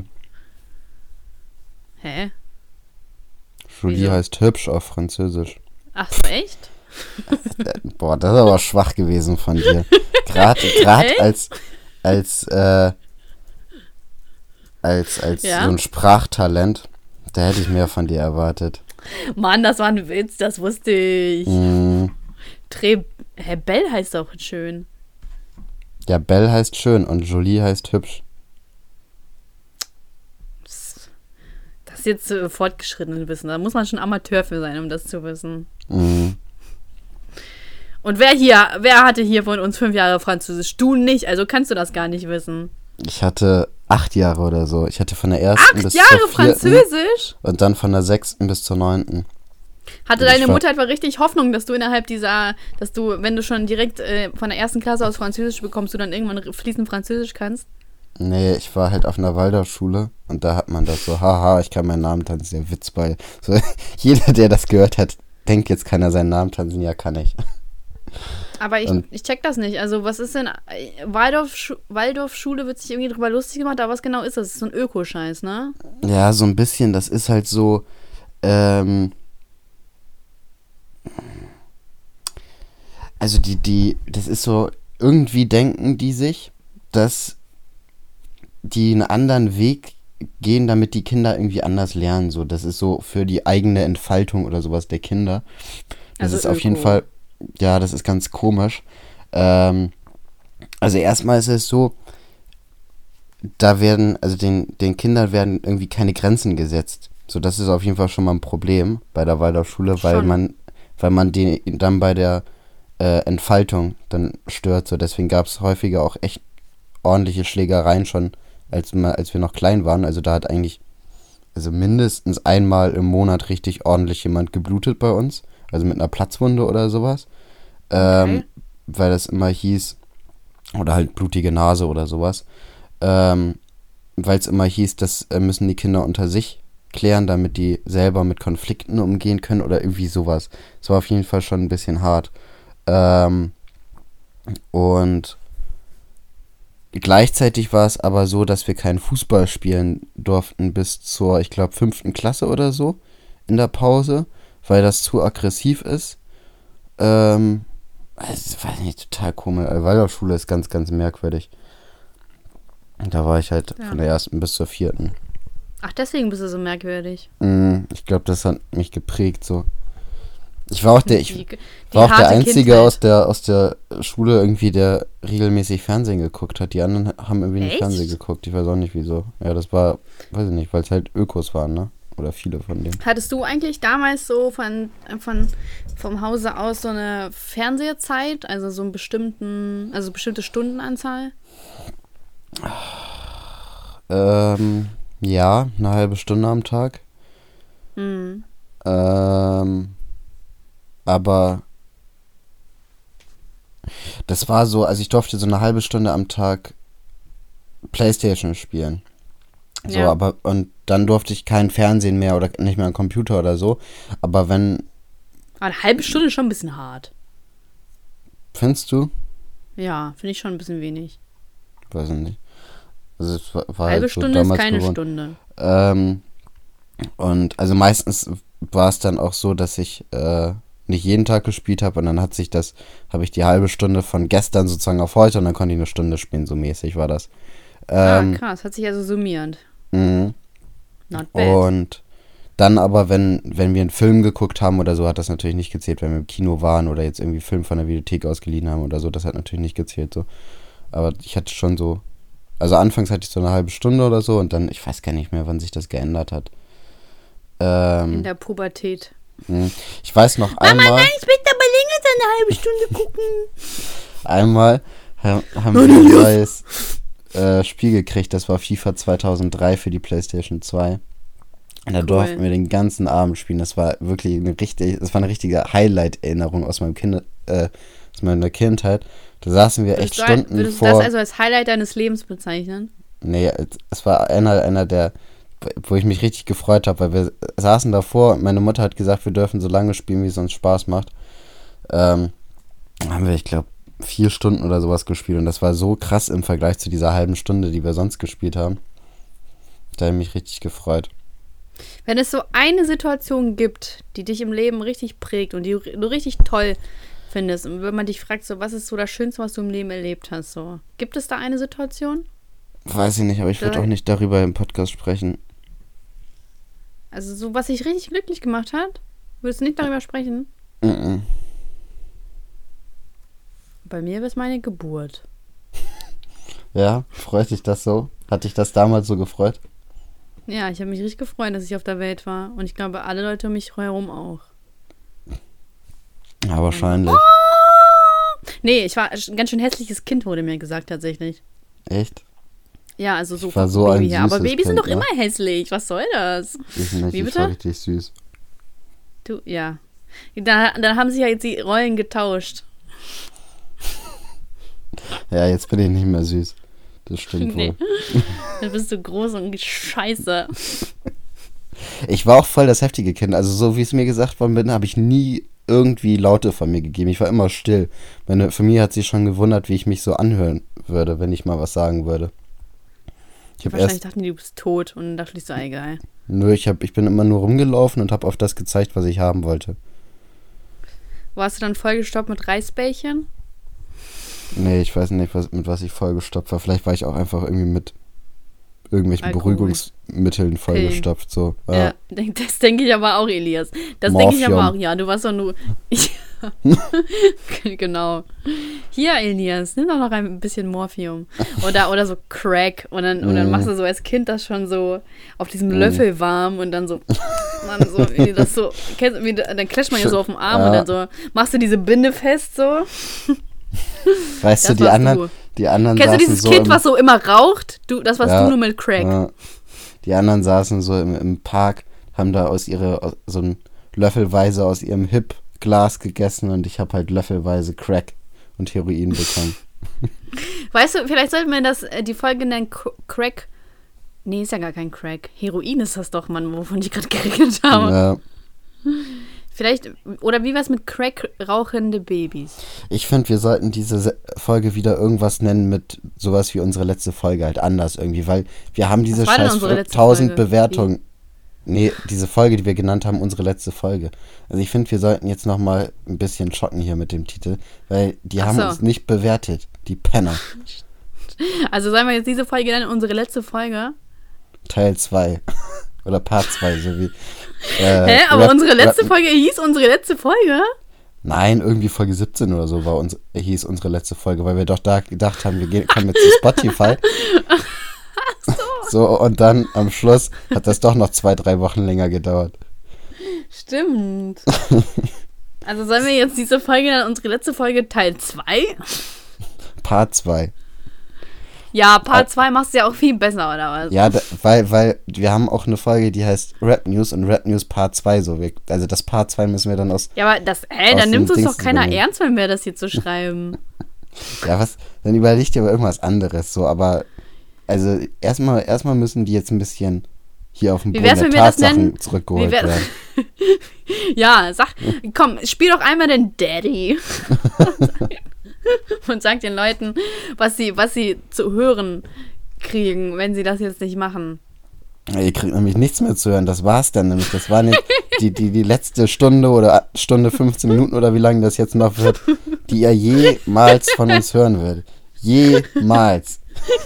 Hä? Jolie Wieso? Heißt hübsch auf Französisch. Ach so, echt? Boah, das ist aber schwach gewesen von dir. Gerade als ja? So ein Sprachtalent, da hätte ich mehr von dir erwartet. Mann, das war ein Witz, das wusste ich. Belle heißt auch schön. Ja, Belle heißt schön und Jolie heißt hübsch. Das ist jetzt fortgeschrittenen Wissen. Da muss man schon Amateur für sein, um das zu wissen. Mhm. Und wer hatte hier von uns 5 Jahre Französisch? Du nicht, also kannst du das gar nicht wissen. Ich hatte 8 Jahre oder so. Ich hatte von der 1. bis zur 4. 8 Jahre Französisch? Und dann von der 6. bis zur 9. Hatte deine Mutter etwa richtig Hoffnung, dass du wenn du schon direkt von der 1. Klasse aus Französisch bekommst, du dann irgendwann fließend Französisch kannst? Nee, ich war halt auf einer Waldorfschule und da hat man das so, haha, ich kann meinen Namen tanzen, der Witz bei. So, jeder, der das gehört hat, denkt, jetzt kann er seinen Namen tanzen, ja, kann ich. Aber ich check das nicht. Also, was ist denn. Waldorfschule wird sich irgendwie drüber lustig gemacht, aber was genau ist das? Das ist so ein Ökoscheiß, ne? Ja, so ein bisschen. Das ist halt so. Also, das ist so. Irgendwie denken die sich, dass die einen anderen Weg gehen, damit die Kinder irgendwie anders lernen. So, das ist so für die eigene Entfaltung oder sowas der Kinder. Das also ist auf jeden Fall. Ja, das ist ganz komisch. Also erstmal ist es so, da werden, also den Kindern werden irgendwie keine Grenzen gesetzt. So, das ist auf jeden Fall schon mal ein Problem bei der Waldorfschule, weil man den dann bei der Entfaltung dann stört. So, deswegen gab es häufiger auch echt ordentliche Schlägereien schon, als wir noch klein waren. Also da hat eigentlich, also mindestens einmal im Monat richtig ordentlich jemand geblutet bei uns. Also mit einer Platzwunde oder sowas. Okay. Weil das immer hieß, oder halt blutige Nase oder sowas. Weil es immer hieß, das müssen die Kinder unter sich klären, damit die selber mit Konflikten umgehen können oder irgendwie sowas. Das war auf jeden Fall schon ein bisschen hart. Und gleichzeitig war es aber so, dass wir keinen Fußball spielen durften bis zur, ich glaube, 5. Klasse oder so in der Pause, weil das zu aggressiv ist. Also, weiß nicht, total komisch. Waldorfschule ist ganz, ganz merkwürdig. Da war ich halt von der 1. bis zur 4. Ach, deswegen bist du so merkwürdig. Ich glaube, das hat mich geprägt so. Ich war auch der Einzige aus der Schule irgendwie, der regelmäßig Fernsehen geguckt hat. Die anderen haben irgendwie nicht Fernsehen geguckt. Ich weiß auch nicht, wieso. Ja, das war, weiß ich nicht, weil es halt Ökos waren, ne? Oder viele von denen. Hattest du eigentlich damals so vom Hause aus so eine Fernsehzeit? Also so bestimmte Stundenanzahl? Ja, eine halbe Stunde am Tag. Aber das war so, also ich durfte so eine halbe Stunde am Tag PlayStation spielen. So, ja. Und dann durfte ich kein Fernsehen mehr oder nicht mehr einen Computer oder so. Aber eine halbe Stunde ist schon ein bisschen hart. Findest du? Ja, finde ich schon ein bisschen wenig. Weiß ich nicht. Also es war halbe halt Stunde so ist keine gewohnt. Stunde. Und also meistens war es dann auch so, dass ich nicht jeden Tag gespielt habe und dann habe ich die halbe Stunde von gestern sozusagen auf heute und dann konnte ich eine Stunde spielen, so mäßig war das. Krass, hat sich also summierend. Not bad. Und dann aber, wenn wir einen Film geguckt haben oder so, hat das natürlich nicht gezählt, wenn wir im Kino waren oder jetzt irgendwie Film von der Videothek ausgeliehen haben oder so, das hat natürlich nicht gezählt so. Aber ich hatte schon so, also anfangs hatte ich so eine halbe Stunde oder so und dann, ich weiß gar nicht mehr, wann sich das geändert hat. In der Pubertät. Ich weiß noch einmal... Mama, nein, ich möchte aber länger als eine halbe Stunde gucken. Einmal haben wir ein neues Spiel gekriegt, das war FIFA 2003 für die PlayStation 2. Und da durften wir den ganzen Abend spielen. Das war wirklich eine richtige Highlight-Erinnerung aus meiner Kindheit. Da saßen wir echt Stunden würdest vor... Würdest du das also als Highlight deines Lebens bezeichnen? Nee, es war einer der, wo ich mich richtig gefreut habe, weil wir saßen davor und meine Mutter hat gesagt, wir dürfen so lange spielen, wie es uns Spaß macht. Haben wir, ich glaube, 4 Stunden oder sowas gespielt und das war so krass im Vergleich zu dieser halben Stunde, die wir sonst gespielt haben. Da habe ich mich richtig gefreut. Wenn es so eine Situation gibt, die dich im Leben richtig prägt und die du richtig toll findest und wenn man dich fragt, so, was ist so das Schönste, was du im Leben erlebt hast, so, gibt es da eine Situation? Weiß ich nicht, aber ich würde auch nicht darüber im Podcast sprechen. Also so, was dich richtig glücklich gemacht hat? Würdest du nicht darüber sprechen? Bei mir wäre es meine Geburt. Ja, freut dich das so? Hat dich das damals so gefreut? Ja, ich habe mich richtig gefreut, dass ich auf der Welt war. Und ich glaube, alle Leute um mich herum auch. Ja, wahrscheinlich. Oh! Nee, ich war ein ganz schön hässliches Kind, wurde mir gesagt, tatsächlich. Echt? Ja, also so ich war so Baby her. Aber Babys sind doch immer hässlich. Was soll das? Ich nicht, Wie bitte? Ich war richtig süß. Du, ja. Dann haben sich ja jetzt die Rollen getauscht. Ja, jetzt bin ich nicht mehr süß. Das stimmt wohl. Dann bist du groß und scheiße. Ich war auch voll das heftige Kind. Also so wie es mir gesagt worden bin, habe ich nie irgendwie Laute von mir gegeben. Ich war immer still. Meine Familie hat sich schon gewundert, wie ich mich so anhören würde, wenn ich mal was sagen würde. Wahrscheinlich dachten die, du bist tot und dachte ich so, egal. Nö, ich bin immer nur rumgelaufen und habe auf das gezeigt, was ich haben wollte. Warst du dann vollgestopft mit Reisbällchen? Nee, ich weiß nicht, mit was ich vollgestopft war. Vielleicht war ich auch einfach irgendwie mit irgendwelchen Alkohol. Beruhigungsmitteln vollgestopft. So. Ja, das denke ich aber auch, Elias. Das denke ich aber auch, ja. Du warst doch nur... Genau. Hier, Elias, nimm doch noch ein bisschen Morphium. Oder so Crack. Und dann machst du so als Kind das schon so auf diesem Löffel warm und dann so... wie das so dann klatscht man ja so auf den Arm und dann so machst du diese Binde fest so... Weißt du, die anderen kennst du dieses so Kind, was so immer raucht? Das warst du nur mit Crack. Ja. Die anderen saßen so im Park, haben da so ein löffelweise aus ihrem Hip-Glas gegessen und ich habe halt löffelweise Crack und Heroin bekommen. Weißt du, vielleicht sollten wir die Folge nennen Crack. Nee, ist ja gar kein Crack. Heroin ist das doch, Mann, wovon ich gerade geredet habe. Ja. Vielleicht, oder wie wär's mit Crack rauchende Babys? Ich finde, wir sollten diese Folge wieder irgendwas nennen mit sowas wie unsere letzte Folge, halt anders irgendwie, weil wir haben diese scheiß 1000 Bewertungen. Nee, diese Folge, die wir genannt haben, unsere letzte Folge. Also ich finde, wir sollten jetzt nochmal ein bisschen schocken hier mit dem Titel, weil die haben uns nicht bewertet, die Penner. Also sollen wir jetzt diese Folge nennen, unsere letzte Folge? Teil 2. Oder Part 2, so wie... Hä? Aber unsere letzte Folge hieß unsere letzte Folge? Nein, irgendwie Folge 17 oder so hieß unsere letzte Folge, weil wir doch da gedacht haben, wir kommen jetzt zu Spotify. So, und dann am Schluss hat das doch noch 2-3 Wochen länger gedauert. Stimmt. Also sollen wir jetzt diese Folge dann unsere letzte Folge Teil 2? Part 2. Ja, Part 2 machst du ja auch viel besser, oder was? Ja, weil wir haben auch eine Folge, die heißt Rap News und Rap News Part 2. So. Also das Part 2 müssen wir dann aus... Ja, aber dann nimmt uns doch keiner ernst, wenn wir das hier so schreiben. Ja, was? Dann überleg dir aber irgendwas anderes. So, aber also erstmal müssen die jetzt ein bisschen hier auf dem Boden der Tatsachen zurückgeholt werden. Ja, komm, spiel doch einmal den Daddy. Und sag den Leuten, was sie zu hören kriegen, wenn sie das jetzt nicht machen. Ihr kriegt nämlich nichts mehr zu hören, das war's dann nämlich. Das war nicht die letzte Stunde oder Stunde 15 Minuten oder wie lange das jetzt noch wird, die ihr jemals von uns hören werdet. Jemals.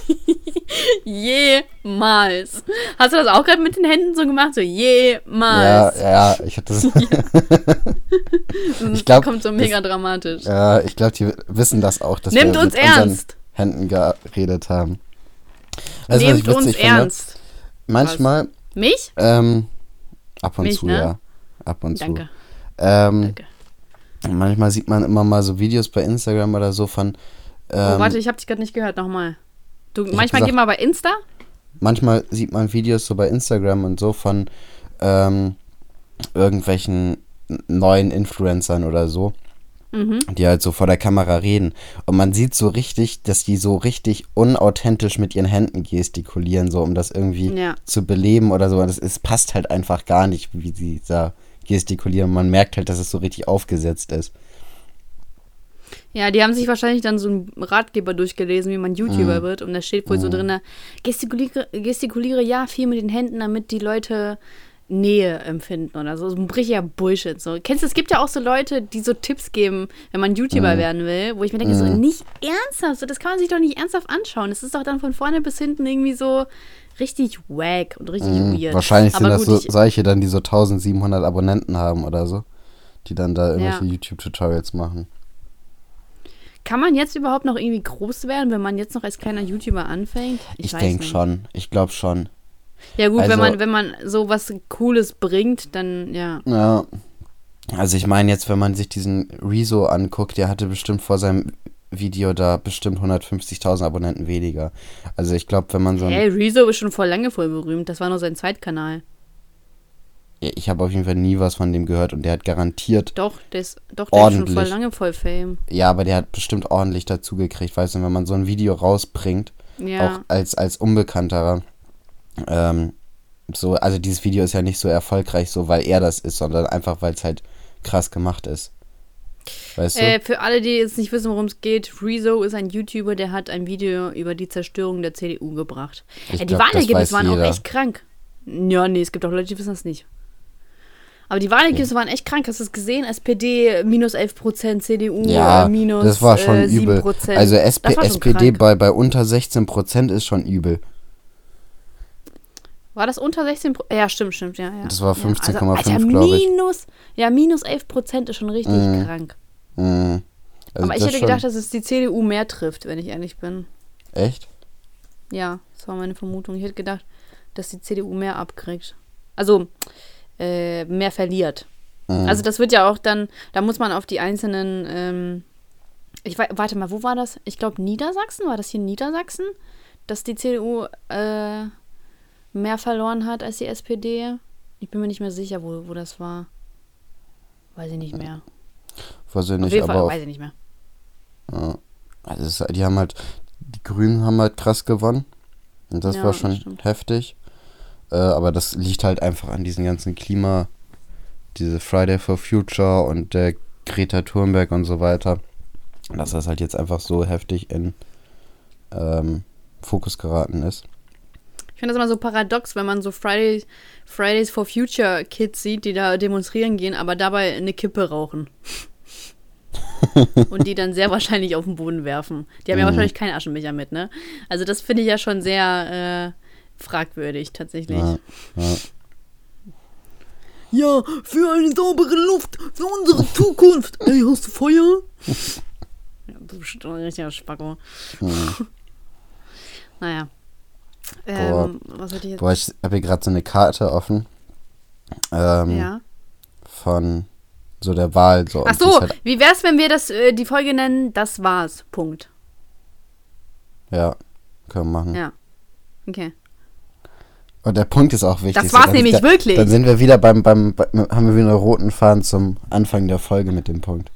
Jemals. Hast du das auch gerade mit den Händen so gemacht? So jemals. Ja, ich hatte das. Das kommt so mega dramatisch. Ja, ich glaube, die wissen das auch, dass Nehmt wir uns mit ernst. unseren Händen geredet haben. Weißt Nehmt uns ernst. Manchmal. Mich? Ab und zu, ne? Ja. Ab und zu. Danke. Manchmal sieht man immer mal so Videos bei Instagram oder so von. Warte, ich habe dich gerade nicht gehört, nochmal. Manchmal geh mal bei Insta? Manchmal sieht man Videos so bei Instagram und so von irgendwelchen neuen Influencern oder so, die halt so vor der Kamera reden. Und man sieht so richtig, dass die so richtig unauthentisch mit ihren Händen gestikulieren, so um das irgendwie zu beleben oder so. Und es passt halt einfach gar nicht, wie sie da gestikulieren. Man merkt halt, dass es so richtig aufgesetzt ist. Ja, die haben sich wahrscheinlich dann so einen Ratgeber durchgelesen, wie man YouTuber wird. Und da steht wohl so drin, gestikuliere ja viel mit den Händen, damit die Leute Nähe empfinden oder so. So ein richtiger Bullshit. So. Kennst du, es gibt ja auch so Leute, die so Tipps geben, wenn man YouTuber werden will, wo ich mir denke, so nicht ernsthaft, so, das kann man sich doch nicht ernsthaft anschauen. Das ist doch dann von vorne bis hinten irgendwie so richtig wack und richtig weird. Wahrscheinlich sind das so solche dann, die so 1700 Abonnenten haben oder so, die dann da irgendwelche YouTube-Tutorials machen. Kann man jetzt überhaupt noch irgendwie groß werden, wenn man jetzt noch als kleiner YouTuber anfängt? Ich denke schon. Ich glaube schon. Ja gut, also, wenn man so was Cooles bringt, dann ja. Ja. Also ich meine jetzt, wenn man sich diesen Rezo anguckt, der hatte bestimmt vor seinem Video da bestimmt 150.000 Abonnenten weniger. Also ich glaube, wenn man so Rezo ist schon voll berühmt. Das war nur sein Zweitkanal. Ich habe auf jeden Fall nie was von dem gehört und der hat garantiert der ist schon voll Fame. Ja, aber der hat bestimmt ordentlich dazu gekriegt, weißt du, wenn man so ein Video rausbringt, auch als Unbekannterer, so, also dieses Video ist ja nicht so erfolgreich, so weil er das ist, sondern einfach, weil es halt krass gemacht ist. Weißt du? Für alle, die jetzt nicht wissen, worum es geht, Rezo ist ein YouTuber, der hat ein Video über die Zerstörung der CDU gebracht. Die Wahlergebnisse waren auch echt krank. Ja, nee, es gibt auch Leute, die wissen das nicht. Aber die Wahlergebnisse waren echt krank. Hast du es gesehen? SPD minus 11%, CDU minus 7%. Das war schon übel. Also SPD bei unter 16% ist schon übel. War das unter 16%? Ja, stimmt, ja. Das war 15,5, glaube ich. Minus 11% ist schon richtig krank. Also aber ich hätte gedacht, dass es die CDU mehr trifft, wenn ich ehrlich bin. Echt? Ja, das war meine Vermutung. Ich hätte gedacht, dass die CDU mehr abkriegt. Also mehr verliert. Also das wird ja auch dann, da muss man auf die einzelnen, warte mal, wo war das? Ich glaube Niedersachsen, war das hier Niedersachsen? Dass die CDU mehr verloren hat als die SPD? Ich bin mir nicht mehr sicher, wo das war. Weiß ich nicht mehr. Weiß ich nicht, auf jeden Fall, weiß ich nicht mehr. Ja. Also die Grünen haben halt krass gewonnen. Und das war schon heftig. Aber das liegt halt einfach an diesen ganzen diese Friday for Future und der Greta Thunberg und so weiter. Dass das halt jetzt einfach so heftig in Fokus geraten ist. Ich finde das immer so paradox, wenn man so Fridays for Future Kids sieht, die da demonstrieren gehen, aber dabei eine Kippe rauchen. Und die dann sehr wahrscheinlich auf den Boden werfen. Die haben ja wahrscheinlich keinen Aschenbecher mit, ne? Also das finde ich ja schon sehr fragwürdig, tatsächlich. Ja, für eine saubere Luft, für unsere Zukunft. Ey, hast du Feuer? Ja, du bist ein richtiger Spacko. Naja. Was hatte ich jetzt? Ich habe hier gerade so eine Karte offen. Von so der Wahl. So. Ach so, wie wär's, wenn wir die Folge nennen, das war's, Punkt. Ja, können wir machen. Ja, okay. Und der Punkt ist auch wichtig. Das war's nämlich wirklich. Dann sind wir wieder haben wir wieder einen roten Faden zum Anfang der Folge mit dem Punkt.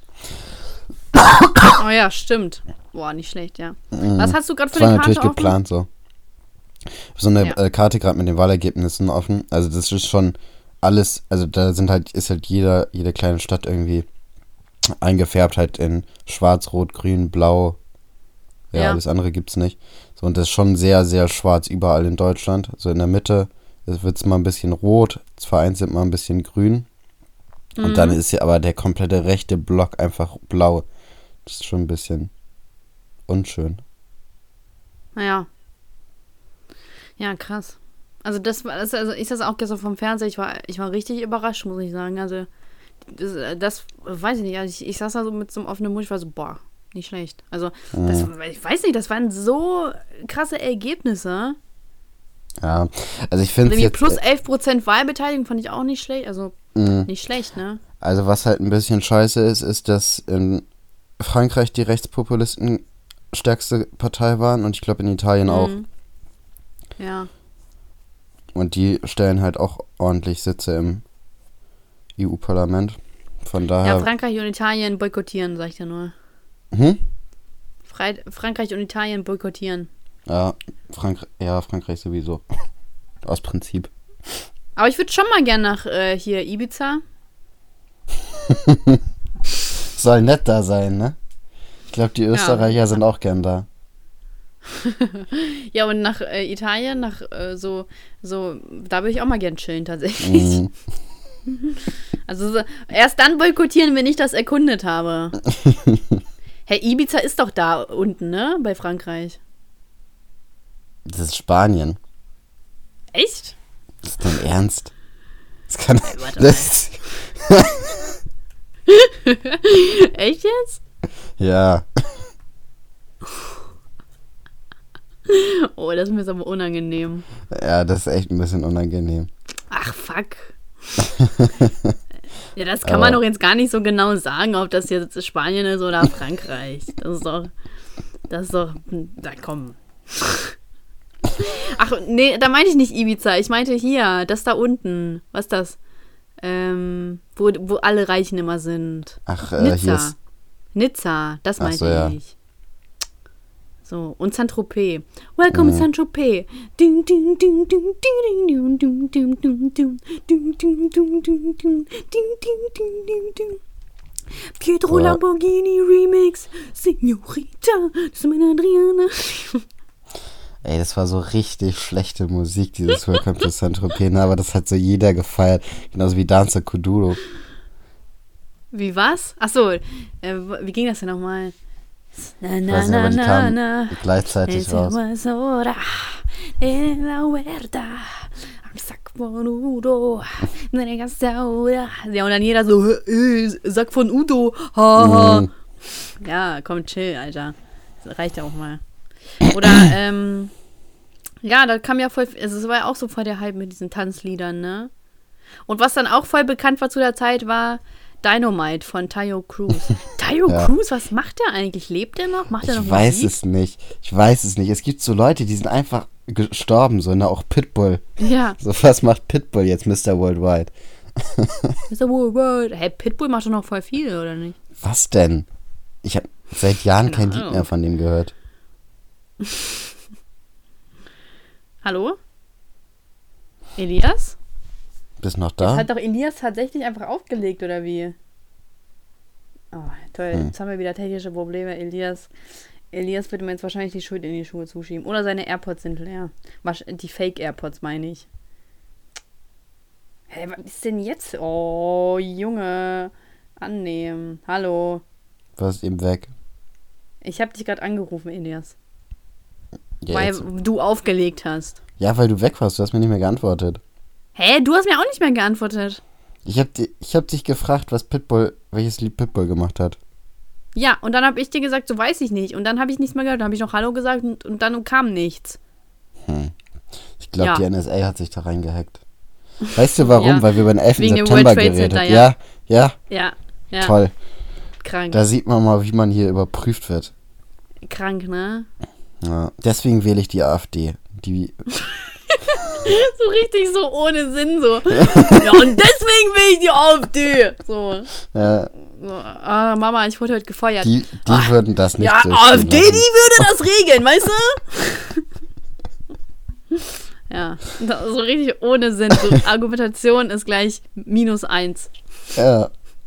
Oh ja, stimmt. Boah, nicht schlecht, ja. Was hast du gerade für eine Karte natürlich geplant so. So eine Karte gerade mit den Wahlergebnissen offen. Also das ist schon alles, also da ist halt jede kleine Stadt irgendwie eingefärbt halt in schwarz, rot, grün, blau. Ja, alles andere gibt's nicht. So, und das ist schon sehr, sehr schwarz überall in Deutschland. So in der Mitte wird es mal ein bisschen rot, vereinzelt mal ein bisschen grün. Und dann ist ja aber der komplette rechte Block einfach blau. Das ist schon ein bisschen unschön. Naja. Ja, krass. Also ich saß auch gestern vom Fernseher, ich war richtig überrascht, muss ich sagen. Also das weiß ich nicht. Also ich saß da so mit so einem offenen Mund, ich war so, boah, nicht schlecht. Also ich weiß nicht, das waren so krasse Ergebnisse. Ja, also ich finde jetzt plus 11% Wahlbeteiligung fand ich auch nicht schlecht. Also nicht schlecht, ne? Also was halt ein bisschen scheiße ist, dass in Frankreich die Rechtspopulisten stärkste Partei waren und ich glaube in Italien auch. Ja. Und die stellen halt auch ordentlich Sitze im EU-Parlament. Von daher... Ja, Frankreich und Italien boykottieren, sag ich dir nur. Frankreich und Italien boykottieren. Ja, Frankreich sowieso. Aus Prinzip. Aber ich würde schon mal gern nach hier Ibiza. Soll nett da sein, ne? Ich glaube, die Österreicher sind auch gern da. Ja, und nach Italien, nach so, da würde ich auch mal gern chillen, tatsächlich. Also erst dann boykottieren, wenn ich das erkundet habe. Hey, Ibiza ist doch da unten, ne? Bei Frankreich. Das ist Spanien. Echt? Das ist dein Ernst? Das kann... Echt jetzt? Ja. Oh, das ist mir aber unangenehm. Ja, das ist echt ein bisschen unangenehm. Ach, fuck. Ja, das kann man doch jetzt gar nicht so genau sagen, ob das jetzt Spanien ist oder Frankreich. Das ist doch, da komm. Ach, nee, da meinte ich nicht Ibiza. Ich meinte hier, das da unten. Was ist das? Wo alle Reichen immer sind. Ach, Nizza. Hier ist... Nizza, das meinte so, ich. Ja. So, und Saint-Tropez. Welcome Saint-Tropez. Ding, ding, ding, ding, ding, ding, ding, ding, ding, ding, ding, ding, ding, ding, ding, ding, ding, ding, ding. Pietro Lamborghini Remix. Signorita. Das ist meine Adriana. Ey, das war so richtig schlechte Musik, dieses Welcome to Saint-Tropez, aber das hat so jeder gefeiert. Genauso wie Danza Kuduro. Wie was? Achso, wie ging das denn nochmal? Na, ich weiß nicht, aber die kamen gleichzeitig raus. Ja, und dann jeder so, Sack von Udo. Ha. Ja, komm, chill, Alter. Das reicht ja auch mal. Oder, ja, da kam ja voll, also es war ja auch so voll der Hype mit diesen Tanzliedern, ne? Und was dann auch voll bekannt war zu der Zeit, war Dynamite von Taio Cruz. Taio Cruz, was macht der eigentlich? Lebt der noch? Macht der noch Musik? Ich weiß es nicht. Es gibt so Leute, die sind einfach gestorben, so, ne? Auch Pitbull. Ja. So, was macht Pitbull jetzt, Mr. Worldwide? Mr. Worldwide. Hey, Pitbull macht doch noch voll viel, oder nicht? Was denn? Ich habe seit Jahren kein Lied mehr von dem gehört. Hallo? Elias? Bist noch da? Jetzt hat doch Elias tatsächlich einfach aufgelegt, oder wie? Oh, toll. Jetzt haben wir wieder technische Probleme. Elias wird mir jetzt wahrscheinlich die Schuld in die Schuhe zuschieben. Oder seine AirPods sind leer. Die Fake-AirPods, meine ich. Hey, was ist denn jetzt? Oh, Junge. Annehmen. Hallo. Du warst eben weg. Ich habe dich gerade angerufen, Elias. Ja, weil du aufgelegt hast. Ja, weil du weg warst. Du hast mir nicht mehr geantwortet. Hä? Du hast mir auch nicht mehr geantwortet. Ich hab dich gefragt, welches Lied Pitbull gemacht hat. Ja, und dann habe ich dir gesagt, so weiß ich nicht. Und dann habe ich nichts mehr gehört. Dann habe ich noch Hallo gesagt und dann kam nichts. Ich glaube, die NSA hat sich da reingehackt. Weißt du warum? Ja. Weil wir über den 11. September geredet haben. Ja. Toll. Krank. Da sieht man mal, wie man hier überprüft wird. Krank, ne? Ja, deswegen wähle ich die AfD. Die... So richtig so ohne Sinn, so. Ja, und deswegen will ich die AfD. So. Ja. So, Mama, ich wurde heute gefeuert. Die würden das nicht AfD, die würde das regeln, weißt Ja, so richtig ohne Sinn. So, Argumentation ist gleich -1. Ja.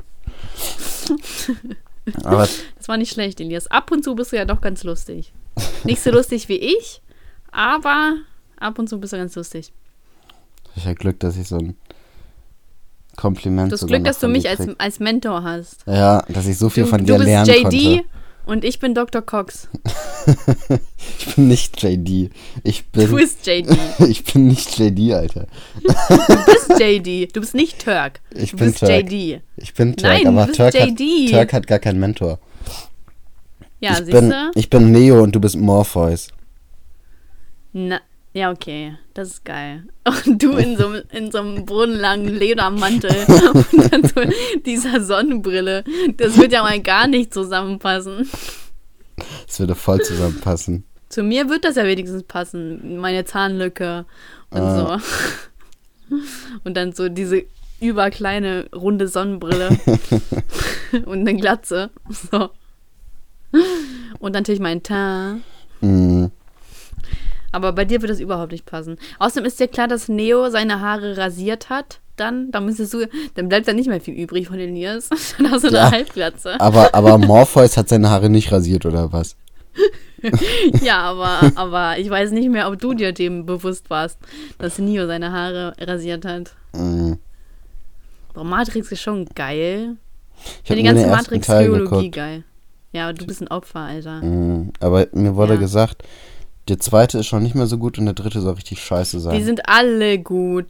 Aber das war nicht schlecht, Elias. Ab und zu bist du ja doch ganz lustig. Nicht so lustig wie ich, aber ab und zu bist du ganz lustig. Ich habe Glück, dass ich so ein Kompliment das Glück, dass du mich als Mentor hast. Ja, dass ich so viel von dir lernen konnte. Du bist JD und ich bin Dr. Cox. Ich bin nicht JD. Du bist JD. Ich bin nicht JD, Alter. Du bist JD. Du bist nicht Turk. Ich bin Turk. JD. Ich bin Turk, Nein, aber du bist JD. Turk hat gar keinen Mentor. Ja, siehst du? Ich bin Neo und du bist Morpheus. Ja, okay. Das ist geil. Und du in so einem bodenlangen Ledermantel und dann so dieser Sonnenbrille. Das wird ja mal gar nicht zusammenpassen. Das würde voll zusammenpassen. Zu mir wird das ja wenigstens passen. Meine Zahnlücke und so. Und dann so diese überkleine, runde Sonnenbrille. Und eine Glatze. So. Und natürlich mein Teint. Mhm. Aber bei dir wird das überhaupt nicht passen. Außerdem ist dir klar, dass Neo seine Haare rasiert hat. Dann bleibt da nicht mehr viel übrig von Elias. Dann hast du eine Halbglatze. Aber Morpheus hat seine Haare nicht rasiert, oder was? Ja, aber ich weiß nicht mehr, ob du dir dem bewusst warst, dass Neo seine Haare rasiert hat. Mhm. Boah, Matrix ist schon geil. Ich habe die ganze Matrix-Trilogie Matrix geil. Ja, aber du bist ein Opfer, Alter. Mhm. Aber mir wurde gesagt, der zweite ist schon nicht mehr so gut und der dritte soll richtig scheiße sein. Die sind alle gut.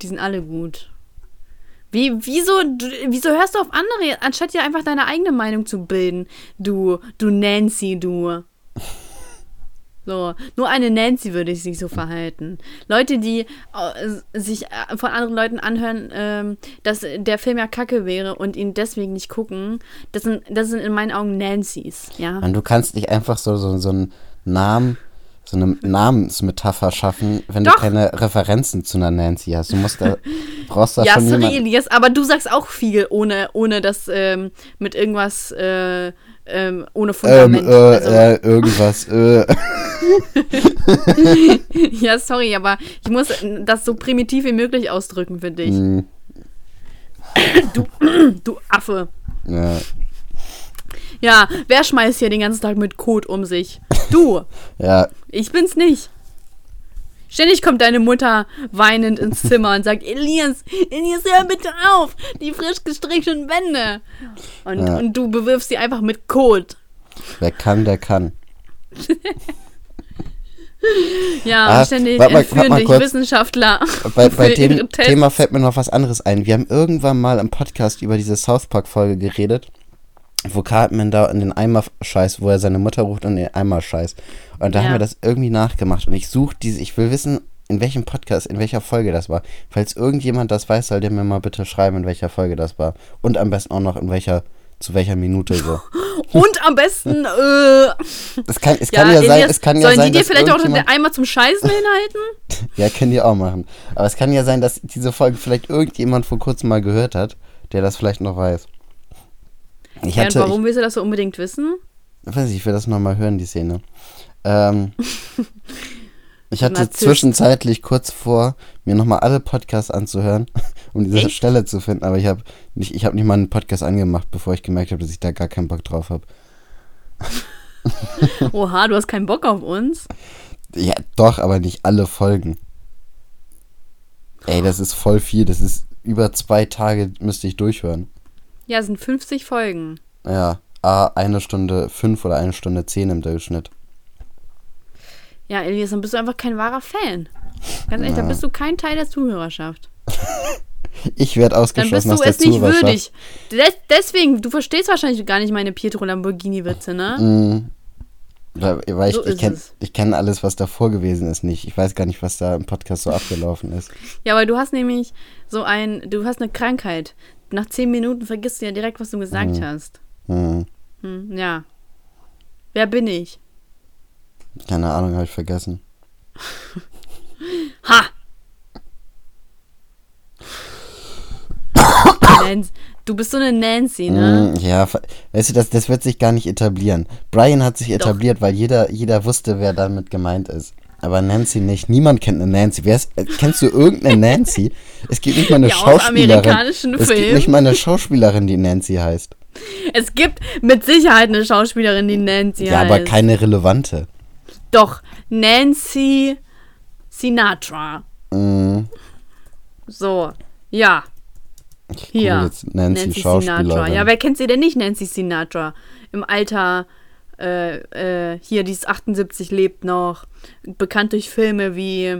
Wieso hörst du auf andere, anstatt dir einfach deine eigene Meinung zu bilden? Du Nancy, du. So, nur eine Nancy würde sich so verhalten. Leute, die sich von anderen Leuten anhören, dass der Film ja kacke wäre und ihn deswegen nicht gucken, das sind in meinen Augen Nancy's, ja. Und du kannst nicht einfach so einen Namen, so eine Namensmetapher schaffen, wenn du keine Referenzen zu einer Nancy hast. Brauchst da schon jemanden. Ja, sorry, Elias, aber du sagst auch viel, ohne das mit irgendwas, ohne Fundament. Irgendwas, Ja, sorry, aber ich muss das so primitiv wie möglich ausdrücken für dich. Du Affe. Ja. Ja, wer schmeißt hier den ganzen Tag mit Kot um sich? Du. Ja. Ich bin's nicht. Ständig kommt deine Mutter weinend ins Zimmer und sagt, Elias, hör bitte auf, die frisch gestrichenen Wände. Und du bewirfst sie einfach mit Kot. Wer kann, der kann. Ja, ständig entführen dich Wissenschaftler. Bei dem Thema fällt mir noch was anderes ein. Wir haben irgendwann mal im Podcast über diese South Park-Folge geredet, wo Cartman da in den Eimer scheißt, wo er seine Mutter ruft und in den Eimer scheißt. Und da haben wir das irgendwie nachgemacht. Und ich will wissen, in welchem Podcast, in welcher Folge das war. Falls irgendjemand das weiß, soll der mir mal bitte schreiben, in welcher Folge das war. Und am besten auch noch zu welcher Minute so. Und am besten, Es kann ja sein, sollen die dir vielleicht auch den Eimer zum Scheißen hinhalten? Ja, können die auch machen. Aber es kann ja sein, dass diese Folge vielleicht irgendjemand vor kurzem mal gehört hat, der das vielleicht noch weiß. Und warum willst du das so unbedingt wissen? Weiß ich will das nochmal hören, die Szene. Ich hatte zwischenzeitlich kurz vor, mir nochmal alle Podcasts anzuhören, um diese Stelle zu finden, aber ich habe nicht mal einen Podcast angemacht, bevor ich gemerkt habe, dass ich da gar keinen Bock drauf habe. Oha, du hast keinen Bock auf uns? Ja, doch, aber nicht alle Folgen. Ey, das ist voll viel, das ist über 2 Tage müsste ich durchhören. Ja, es sind 50 Folgen. Ja, 1 Stunde 5 oder 1 Stunde 10 im Durchschnitt. Ja, Elias, dann bist du einfach kein wahrer Fan. Ganz ehrlich, dann bist du kein Teil der Zuhörerschaft. Ich werde ausgeschlossen aus der Zuhörerschaft. Dann bist du es nicht würdig. Deswegen, du verstehst wahrscheinlich gar nicht meine Pietro Lamborghini-Witze, ne? Weil ich kenne alles, was davor gewesen ist, nicht. Ich weiß gar nicht, was da im Podcast so abgelaufen ist. Ja, weil du hast nämlich du hast eine Krankheit. Nach 10 Minuten vergisst du ja direkt, was du gesagt hast. Ja. Wer bin ich? Keine Ahnung, habe ich vergessen. Ha! Du bist so eine Nancy, ne? Ja, weißt du, das wird sich gar nicht etablieren. Brian hat sich etabliert, weil jeder wusste, wer damit gemeint ist. Aber Nancy nicht. Niemand kennt eine Nancy. Kennst du irgendeine Nancy? Es gibt nicht mal eine Schauspielerin. Aus amerikanischen es Filmen. gibt nicht mal eine Schauspielerin, die Nancy heißt. Es gibt mit Sicherheit eine Schauspielerin, die Nancy heißt. Ja, aber keine relevante. Doch, Nancy Sinatra. So, ja. Hier, jetzt Nancy Schauspielerin. Sinatra. Ja, wer kennt sie denn nicht, Nancy Sinatra? Im Alter, hier, die ist 78, lebt noch. Bekannt durch Filme wie,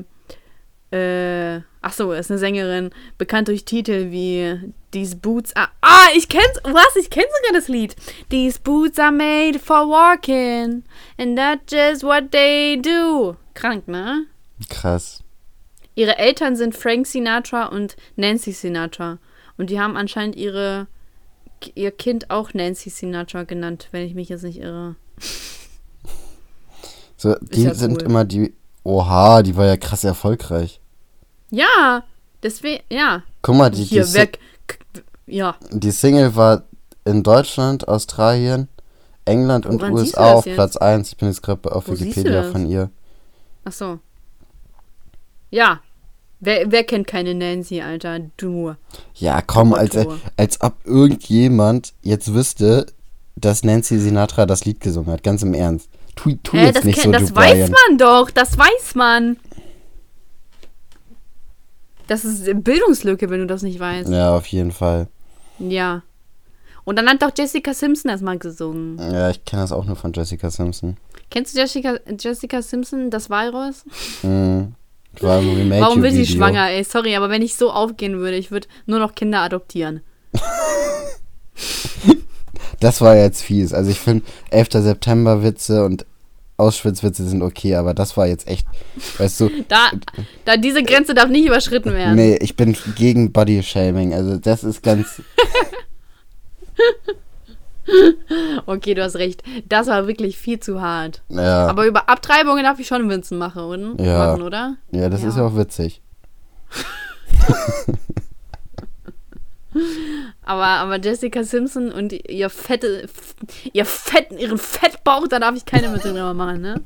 ist eine Sängerin. Bekannt durch Titel wie These Boots are... ich kenn's sogar das Lied. These boots are made for walking and that's just what they do. Krank, ne? Krass. Ihre Eltern sind Frank Sinatra und Nancy Sinatra. Und die haben anscheinend ihr Kind auch Nancy Sinatra genannt, wenn ich mich jetzt nicht irre. So, die ja sind cool. Immer die... Oha, die war ja krass erfolgreich. Ja, deswegen, ja. Guck mal, die Single war in Deutschland, Australien, England und USA auf Platz 1. Ich bin jetzt gerade auf Wikipedia von ihr. Ach so. Ja. Wer kennt keine Nancy, Alter? Du. Ja, komm, als ob irgendjemand jetzt wüsste, dass Nancy Sinatra das Lied gesungen hat. Ganz im Ernst. Tu jetzt nicht so, das weiß man doch. Das weiß man. Das ist eine Bildungslücke, wenn du das nicht weißt. Ja, auf jeden Fall. Ja. Und dann hat doch Jessica Simpson erstmal gesungen. Ja, ich kenne das auch nur von Jessica Simpson. Kennst du Jessica Simpson, das Virus? Warum will sie schwanger, ey? Sorry, aber wenn ich so aufgehen würde, ich würde nur noch Kinder adoptieren. Das war jetzt fies. Also ich finde, 11. September Witze und Auschwitz-Witze sind okay, aber das war jetzt echt, weißt du... Da diese Grenze darf nicht überschritten werden. Nee, ich bin gegen Body-Shaming, also das ist ganz... Okay, du hast recht. Das war wirklich viel zu hart. Ja. Aber über Abtreibungen darf ich schon Witze machen, oder? Ja, das ist ja auch witzig. aber Jessica Simpson und ihren Fettbauch, da darf ich keine Witze drüber machen, ne?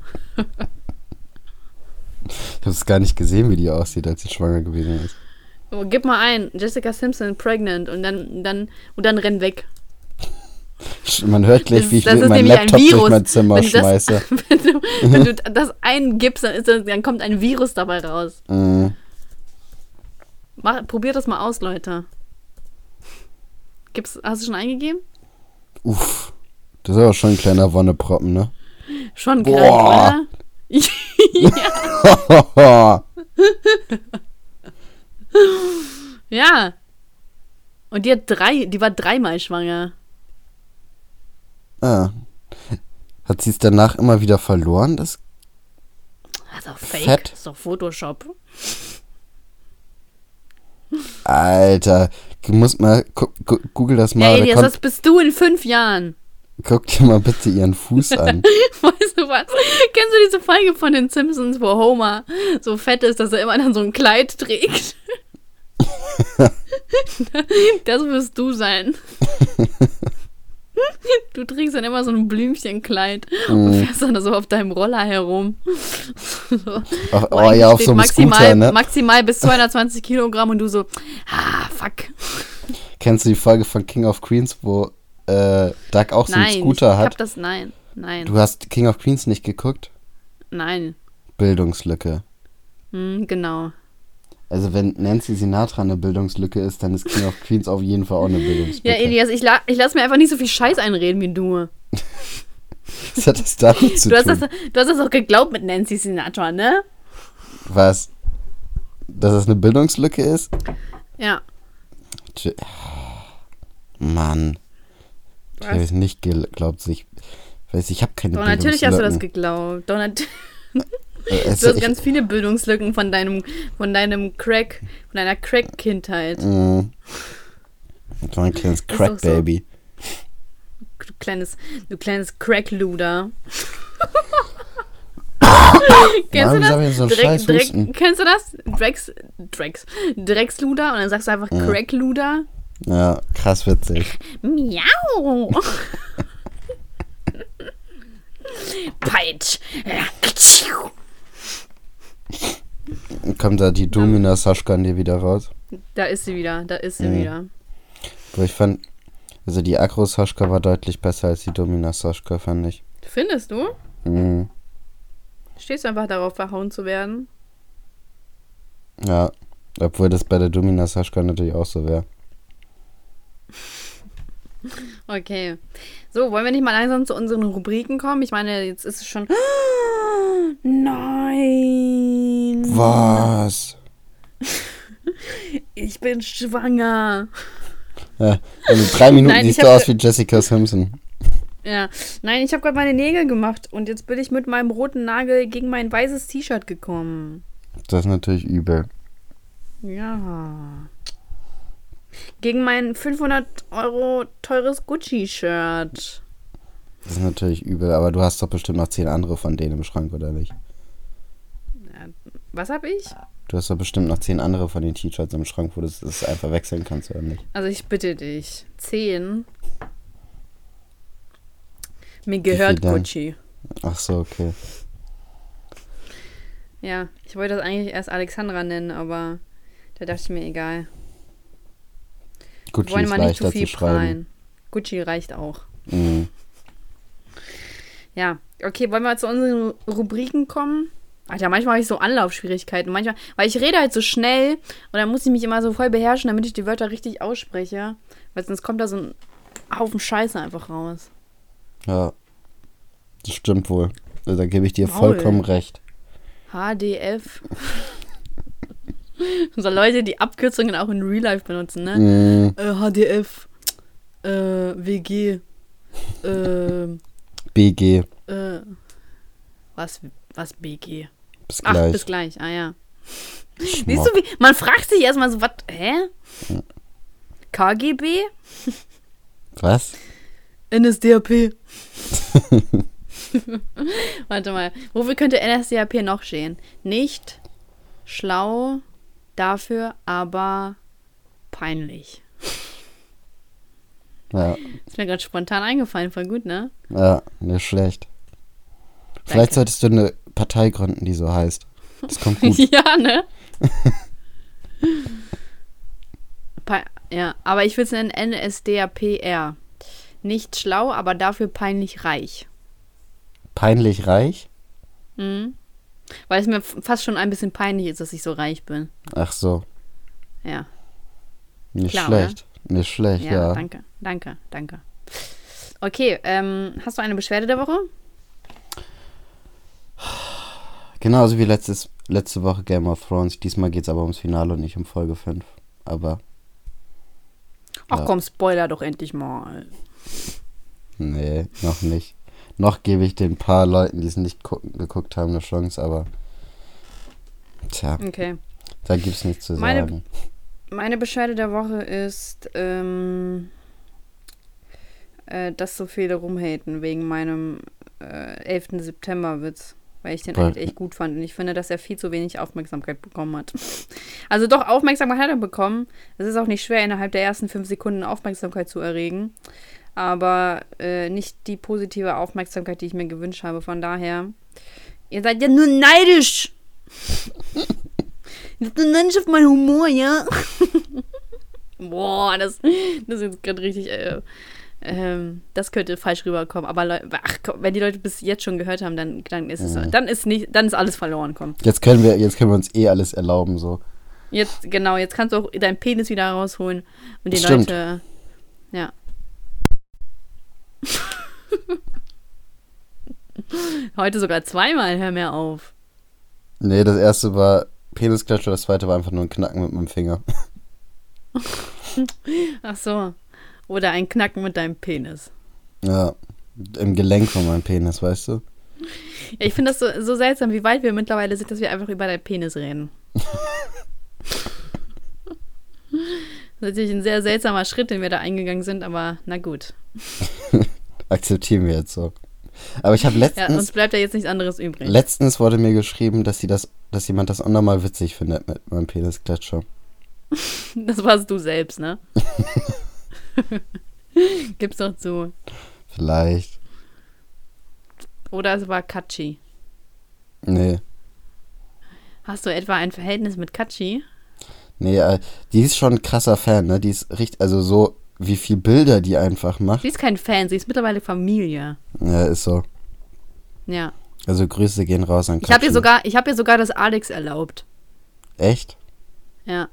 Ich habe es gar nicht gesehen, wie die aussieht, als sie schwanger gewesen ist. Oh, gib mal ein, Jessica Simpson pregnant und dann renn weg. Man hört gleich, wie ich mit meinem Laptop durch mein Zimmer schmeiße. Wenn du das eingibst, dann kommt ein Virus dabei raus. Probiert das mal aus, Leute. Hast du schon eingegeben? Uff, das ist aber schon ein kleiner Wonneproppen, ne? Schon klein, oder? Ja. Ja. Und die war 3-mal schwanger. Ah. Hat sie es danach immer wieder verloren? Das ist doch Fake. Fett? Das ist doch Photoshop. Alter, du musst mal, google das mal. Ja, Elias, das bist du in 5 Jahren. Guck dir mal bitte ihren Fuß an. Weißt du was? Kennst du diese Folge von den Simpsons, wo Homer so fett ist, dass er immer dann so ein Kleid trägt? Das wirst du sein. Du trägst dann immer so ein Blümchenkleid und fährst dann so auf deinem Roller herum. So. Ja, auf so einem Scooter, ne? Maximal bis 220 Kilogramm und du so, fuck. Kennst du die Folge von King of Queens, wo Doug auch so einen Scooter hat? Nein. Du hast King of Queens nicht geguckt? Nein. Bildungslücke. Genau. Also wenn Nancy Sinatra eine Bildungslücke ist, dann ist King of Queens auf jeden Fall auch eine Bildungslücke. Ja, Elias, ich lass mir einfach nicht so viel Scheiß einreden wie du. Was hat das damit zu tun? Du hast das auch geglaubt mit Nancy Sinatra, ne? Was? Dass es eine Bildungslücke ist? Ja. Mann. Ich habe es nicht geglaubt. Ich habe keine Bildungslücken. Doch, natürlich hast du das geglaubt. Doch, du hast ganz viele Bildungslücken von deiner Crack-Kindheit. So ein kleines Crack-Baby. Du kleines Crack-Luder. Kennst du das? So kennst du das? Drecksluder und dann sagst du einfach Crack-Luder. Ja, krass witzig. Miau. Peitsch. Kommt da die Domina Sascha an dir wieder raus? Da ist sie wieder. Aber ich fand, also die Agro Sascha war deutlich besser als die Domina Sascha, fand ich. Findest du? Mhm. Stehst du einfach darauf, verhauen zu werden? Ja, obwohl das bei der Domina Sascha natürlich auch so wäre. Okay. So, wollen wir nicht mal langsam zu unseren Rubriken kommen? Ich meine, jetzt ist es schon... Nein! Was? Ich bin schwanger. Ja, in 3 Minuten siehst du aus wie Jessica Simpson. Ja, nein, ich habe gerade meine Nägel gemacht und jetzt bin ich mit meinem roten Nagel gegen mein weißes T-Shirt gekommen. Das ist natürlich übel. Ja. Gegen mein 500 € teures Gucci-Shirt. Das ist natürlich übel, aber du hast doch bestimmt noch 10 andere von denen im Schrank, oder nicht? Was hab ich? Du hast doch bestimmt noch 10 andere von den T-Shirts im Schrank, wo du das einfach wechseln kannst, oder nicht? Also ich bitte dich. 10? Mir gehört Gucci. Ach so, okay. Ja, ich wollte das eigentlich erst Alexandra nennen, aber da dachte ich mir, egal. Gucci ist leichter zu schreiben. Gucci reicht auch. Mhm. Ja, okay, wollen wir zu unseren Rubriken kommen? Alter, manchmal habe ich so Anlaufschwierigkeiten. Manchmal, weil ich rede halt so schnell und dann muss ich mich immer so voll beherrschen, damit ich die Wörter richtig ausspreche. Weil sonst kommt da so ein Haufen Scheiße einfach raus. Ja, das stimmt wohl. Da gebe ich dir vollkommen recht. HDF. So Leute, die Abkürzungen auch in Real Life benutzen, ne? HDF. WG. BG. Was BG? Bis gleich. Ach, bis gleich. Ah ja. Siehst du, wie man fragt sich erstmal so, was, hä? KGB? Was? NSDAP. Warte mal, wofür könnte NSDAP noch stehen? Nicht schlau, dafür aber peinlich. Ja. Ist mir gerade spontan eingefallen, voll gut, ne? Ja, nicht schlecht. Vielleicht solltest du eine Partei gründen, die so heißt. Das kommt gut. Ja, ne? Ja, aber ich will es nennen NSDAPR. Nicht schlau, aber dafür peinlich reich. Peinlich reich? Mhm. Weil es mir fast schon ein bisschen peinlich ist, dass ich so reich bin. Ach so. Ja. Nicht klar, schlecht. Oder? Nicht schlecht, ja. Danke. Okay, hast du eine Beschwerde der Woche? Genauso wie letzte Woche Game of Thrones. Diesmal geht es aber ums Finale und nicht um Folge 5. Aber. Ach komm, Spoiler doch endlich mal. Nee, noch nicht. Noch gebe ich den paar Leuten, die es nicht geguckt haben, eine Chance, aber. Tja. Okay. Da gibt es nichts zu sagen. Meine Beschwerde der Woche ist, dass so viele rumhaten wegen meinem 11. September-Witz. Weil ich den halt echt gut fand. Und ich finde, dass er viel zu wenig Aufmerksamkeit bekommen hat. Also doch, Aufmerksamkeit hat er bekommen. Es ist auch nicht schwer, innerhalb der ersten 5 Sekunden Aufmerksamkeit zu erregen. Aber nicht die positive Aufmerksamkeit, die ich mir gewünscht habe. Von daher, ihr seid ja nur neidisch. Ihr seid nur neidisch auf meinen Humor, ja? Boah, das ist jetzt gerade richtig... das könnte falsch rüberkommen, aber wenn die Leute bis jetzt schon gehört haben, dann ist es dann ist alles verloren, komm. Jetzt können wir uns alles erlauben, so. Jetzt kannst du auch deinen Penis wieder rausholen und die Stimmt. Leute, ja. Heute sogar 2-mal, hör mir auf. Nee, das erste war Penisklatsche, das zweite war einfach nur ein Knacken mit meinem Finger. Ach so. Oder ein Knacken mit deinem Penis. Ja, im Gelenk von meinem Penis, weißt du? Ja, ich finde das so seltsam, wie weit wir mittlerweile sind, dass wir einfach über deinen Penis reden. Das ist natürlich ein sehr seltsamer Schritt, den wir da eingegangen sind, aber na gut. Akzeptieren wir jetzt so. Aber ich habe letztens... Ja, uns bleibt ja jetzt nichts anderes übrig. Letztens wurde mir geschrieben, dass jemand das unnormal witzig findet mit meinem Penisklatscher. Das warst du selbst, ne? Gib's doch zu. Vielleicht. Oder es war Katschi. Nee. Hast du etwa ein Verhältnis mit Katschi? Nee, die ist schon ein krasser Fan, ne? Die ist richtig, also so, wie viel Bilder die einfach macht. Sie ist kein Fan, sie ist mittlerweile Familie. Ja, ist so. Ja. Also Grüße gehen raus an Katschi. Ich hab ihr sogar das Alex erlaubt. Echt? Ja.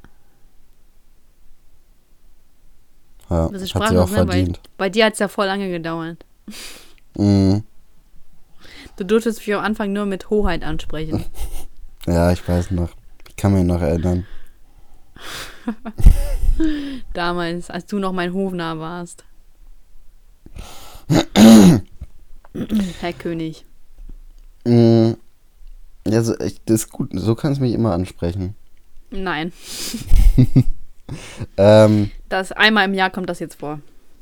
Ja, hat sie auch verdient. Bei dir hat es ja voll lange gedauert. Mhm. Du durftest mich am Anfang nur mit Hoheit ansprechen. Ja, ich weiß noch. Ich kann mich noch erinnern. Damals, als du noch mein Hofnarr warst. Herr König. Ja, das ist gut. So kannst du mich immer ansprechen. Nein. Das einmal im Jahr kommt das jetzt vor.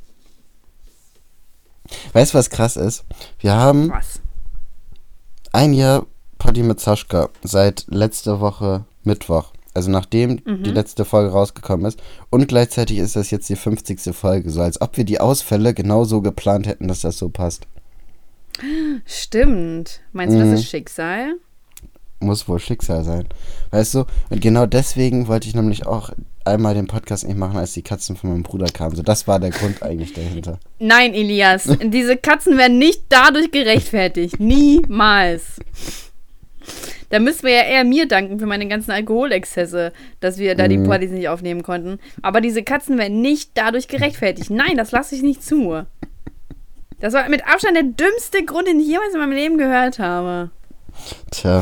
Weißt du, was krass ist? Wir haben ein Jahr Party mit Sascha seit letzter Woche Mittwoch. Also nachdem die letzte Folge rausgekommen ist. Und gleichzeitig ist das jetzt die 50. Folge. So als ob wir die Ausfälle genauso geplant hätten, dass das so passt. Stimmt. Meinst du, das ist Schicksal? Muss wohl Schicksal sein. Weißt du? Und genau deswegen wollte ich nämlich auch einmal den Podcast nicht machen, als die Katzen von meinem Bruder kamen. So, das war der Grund eigentlich dahinter. Nein, Elias. Diese Katzen werden nicht dadurch gerechtfertigt. Niemals. Da müssen wir ja eher mir danken für meine ganzen Alkoholexzesse, dass wir da die Partys nicht aufnehmen konnten. Aber diese Katzen werden nicht dadurch gerechtfertigt. Nein, das lasse ich nicht zu. Das war mit Abstand der dümmste Grund, den ich jemals in meinem Leben gehört habe. Tja.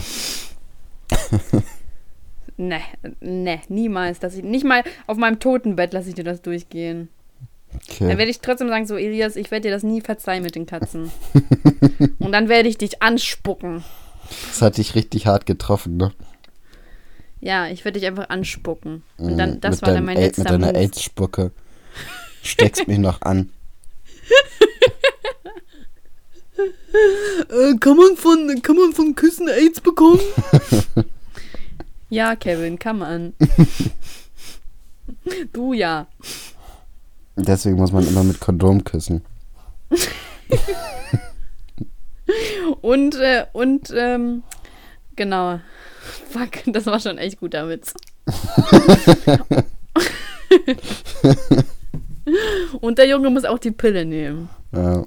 Ne, niemals. Nicht mal auf meinem Totenbett lasse ich dir das durchgehen. Okay. Dann werde ich trotzdem sagen, so Elias, ich werde dir das nie verzeihen mit den Katzen. Und dann werde ich dich anspucken. Das hat dich richtig hart getroffen, ne? Ja, ich werde dich einfach anspucken. Und dann, das war dann mein letzter Move. Mit deiner AIDS-Spucke. Steckst mich noch an. Kann man von Küssen AIDS bekommen? Ja, Kevin, kann man. Du ja. Deswegen muss man immer mit Kondom küssen. Und genau. Fuck, das war schon echt guter Witz. Und der Junge muss auch die Pille nehmen. Ja.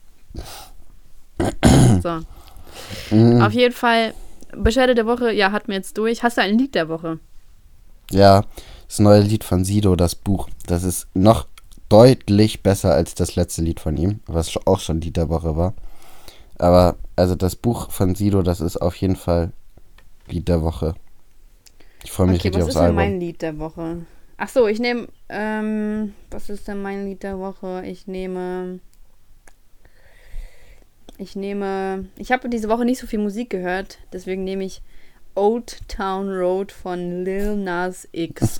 So. Auf jeden Fall, Beschwerde der Woche, ja, hatten wir jetzt durch. Hast du ein Lied der Woche? Ja, das neue Lied von Sido, das Buch. Das ist noch deutlich besser als das letzte Lied von ihm, was auch schon Lied der Woche war. Aber, also das Buch von Sido, das ist auf jeden Fall Lied der Woche. Ich freue mich richtig aufs Album. Was ist denn mein Lied der Woche? Ach so, ich nehme, was ist denn mein Lied der Woche? Ich habe diese Woche nicht so viel Musik gehört, deswegen nehme ich Old Town Road von Lil Nas X.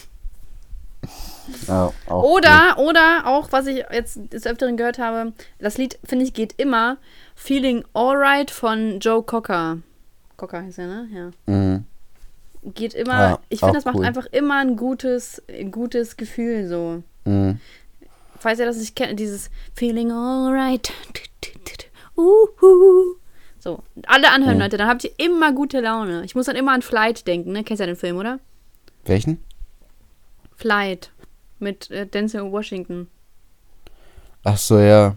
Ja, oder auch, was ich jetzt des Öfteren gehört habe, das Lied, finde ich, geht immer, Feeling Alright von Joe Cocker. Cocker heißt er, ne? Ja. Mhm. Geht immer, ja, ich finde, das macht einfach immer ein gutes Gefühl so. Mhm. Falls ihr das nicht kennt, dieses Feeling Alright. So, alle anhören, Leute, dann habt ihr immer gute Laune. Ich muss dann immer an Flight denken, ne? Kennst du ja den Film, oder? Welchen? Flight. Mit Denzel Washington. Ach so, ja.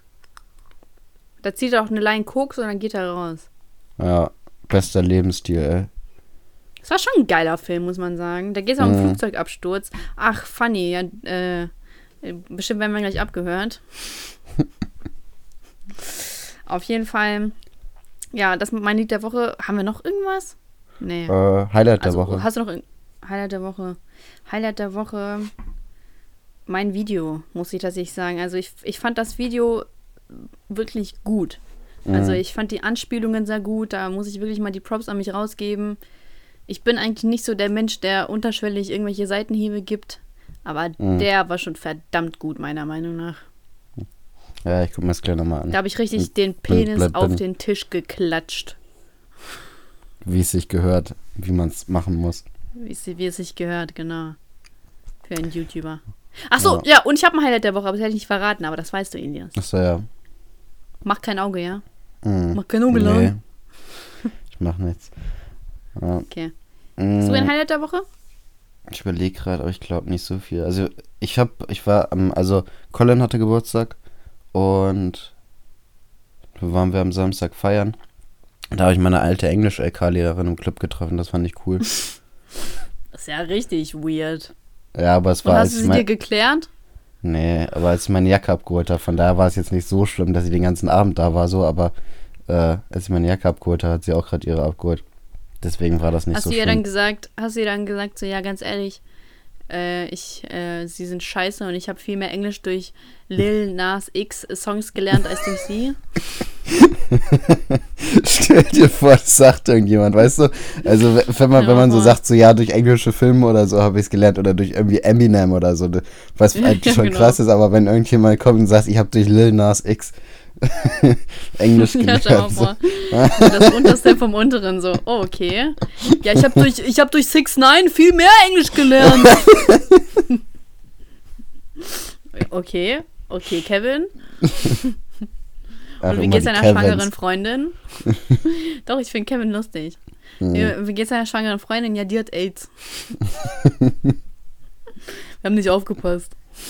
Da zieht er auch eine Line Koks und dann geht er raus. Ja, bester Lebensstil, ey. Das war schon ein geiler Film, muss man sagen. Da geht es auch um einen Flugzeugabsturz. Ach, funny. Ja, bestimmt werden wir gleich abgehört. Auf jeden Fall. Ja, das ist mein Lied der Woche. Haben wir noch irgendwas? Nee. Highlight der Woche. Hast du noch Highlight der Woche? Highlight der Woche. Mein Video, muss ich tatsächlich sagen. Also ich fand das Video wirklich gut. Also ich fand die Anspielungen sehr gut. Da muss ich wirklich mal die Props an mich rausgeben. Ich bin eigentlich nicht so der Mensch, der unterschwellig irgendwelche Seitenhiebe gibt. Aber der war schon verdammt gut, meiner Meinung nach. Ja, ich guck mir das gleich nochmal an. Da habe ich richtig den Penis auf den Tisch geklatscht. Wie es sich gehört, wie man es machen muss. Wie es sich gehört, genau. Für einen YouTuber. Achso, ja, und ich habe ein Highlight der Woche, aber das hätte ich nicht verraten, aber das weißt du, Elias. Achso, ja. Mach kein Auge, ja? Mach kein Auge lang. Ich mach nichts. Ja. Okay. Hast du ein Highlight der Woche? Ich überlege gerade, aber ich glaube nicht so viel. Also Colin hatte Geburtstag und waren wir am Samstag feiern. Da habe ich meine alte Englisch-LK-Lehrerin im Club getroffen, das fand ich cool. Das ist ja richtig weird. Ja, aber es war... Und hast du sie dir geklärt? Nee, aber als ich meine Jacke abgeholt habe, von daher war es jetzt nicht so schlimm, dass sie den ganzen Abend da war, so, aber als ich meine Jacke abgeholt habe, hat sie auch gerade ihre abgeholt. Deswegen war das nicht so schlimm. Hast du ihr dann gesagt, so, ja, ganz ehrlich, sie sind scheiße und ich habe viel mehr Englisch durch Lil Nas X Songs gelernt als durch sie? Stell dir vor, das sagt irgendjemand, weißt du? Also wenn man so sagt, so ja, durch englische Filme oder so habe ich es gelernt oder durch irgendwie Eminem oder so, was halt schon krass ist, aber wenn irgendjemand kommt und sagt, ich habe durch Lil Nas X Englisch gelernt. Ja, schau mal. Das Unterste vom Unteren so, oh, okay. Ja, ich habe durch 6ix9ine viel mehr Englisch gelernt. Okay, Kevin. Und wie geht's deiner schwangeren Freundin? Doch, ich finde Kevin lustig. Wie geht's deiner schwangeren Freundin? Ja, die hat AIDS. Wir haben nicht aufgepasst.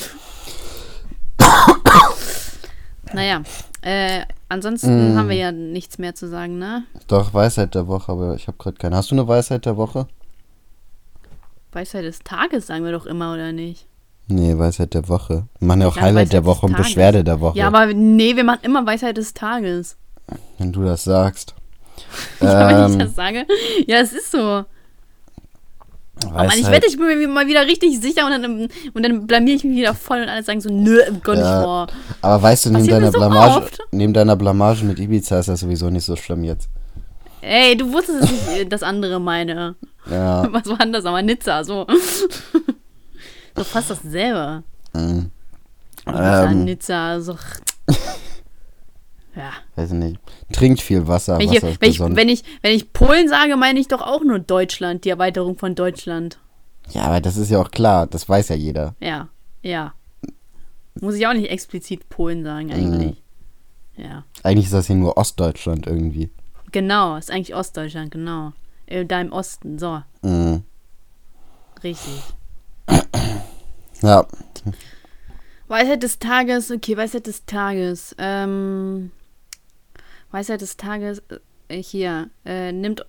Naja, ansonsten haben wir ja nichts mehr zu sagen, ne? Doch, Weisheit der Woche, aber ich habe gerade keine. Hast du eine Weisheit der Woche? Weisheit des Tages sagen wir doch immer, oder nicht? Nee, Weisheit der Woche. Wir machen ja auch Highlight der Woche und Beschwerde der Woche. Ja, aber nee, wir machen immer Weisheit des Tages. Wenn du das sagst. Ja, wenn ich das sage? Ja, es ist so. Oh Mann, ich wette, ich bin mir mal wieder richtig sicher und dann blamier ich mich wieder voll und alle sagen so, nö, gar nicht vor. Aber weißt du, neben deiner Blamage mit Ibiza ist das sowieso nicht so schlimm jetzt. Ey, du wusstest, dass ich das andere meine. Ja. Was war denn das? Aber Nizza, so. So fast dasselbe. Nizza, so. Ja. Weiß ich nicht. Trinkt viel Wasser. Wenn ich Polen sage, meine ich doch auch nur Deutschland, die Erweiterung von Deutschland. Ja, aber das ist ja auch klar. Das weiß ja jeder. Ja. Muss ich auch nicht explizit Polen sagen, eigentlich. Ja. Eigentlich ist das hier nur Ostdeutschland irgendwie. Genau, ist eigentlich Ostdeutschland, genau. Da im Osten, so. Richtig. Ja. Weisheit des Tages, hier, nehmt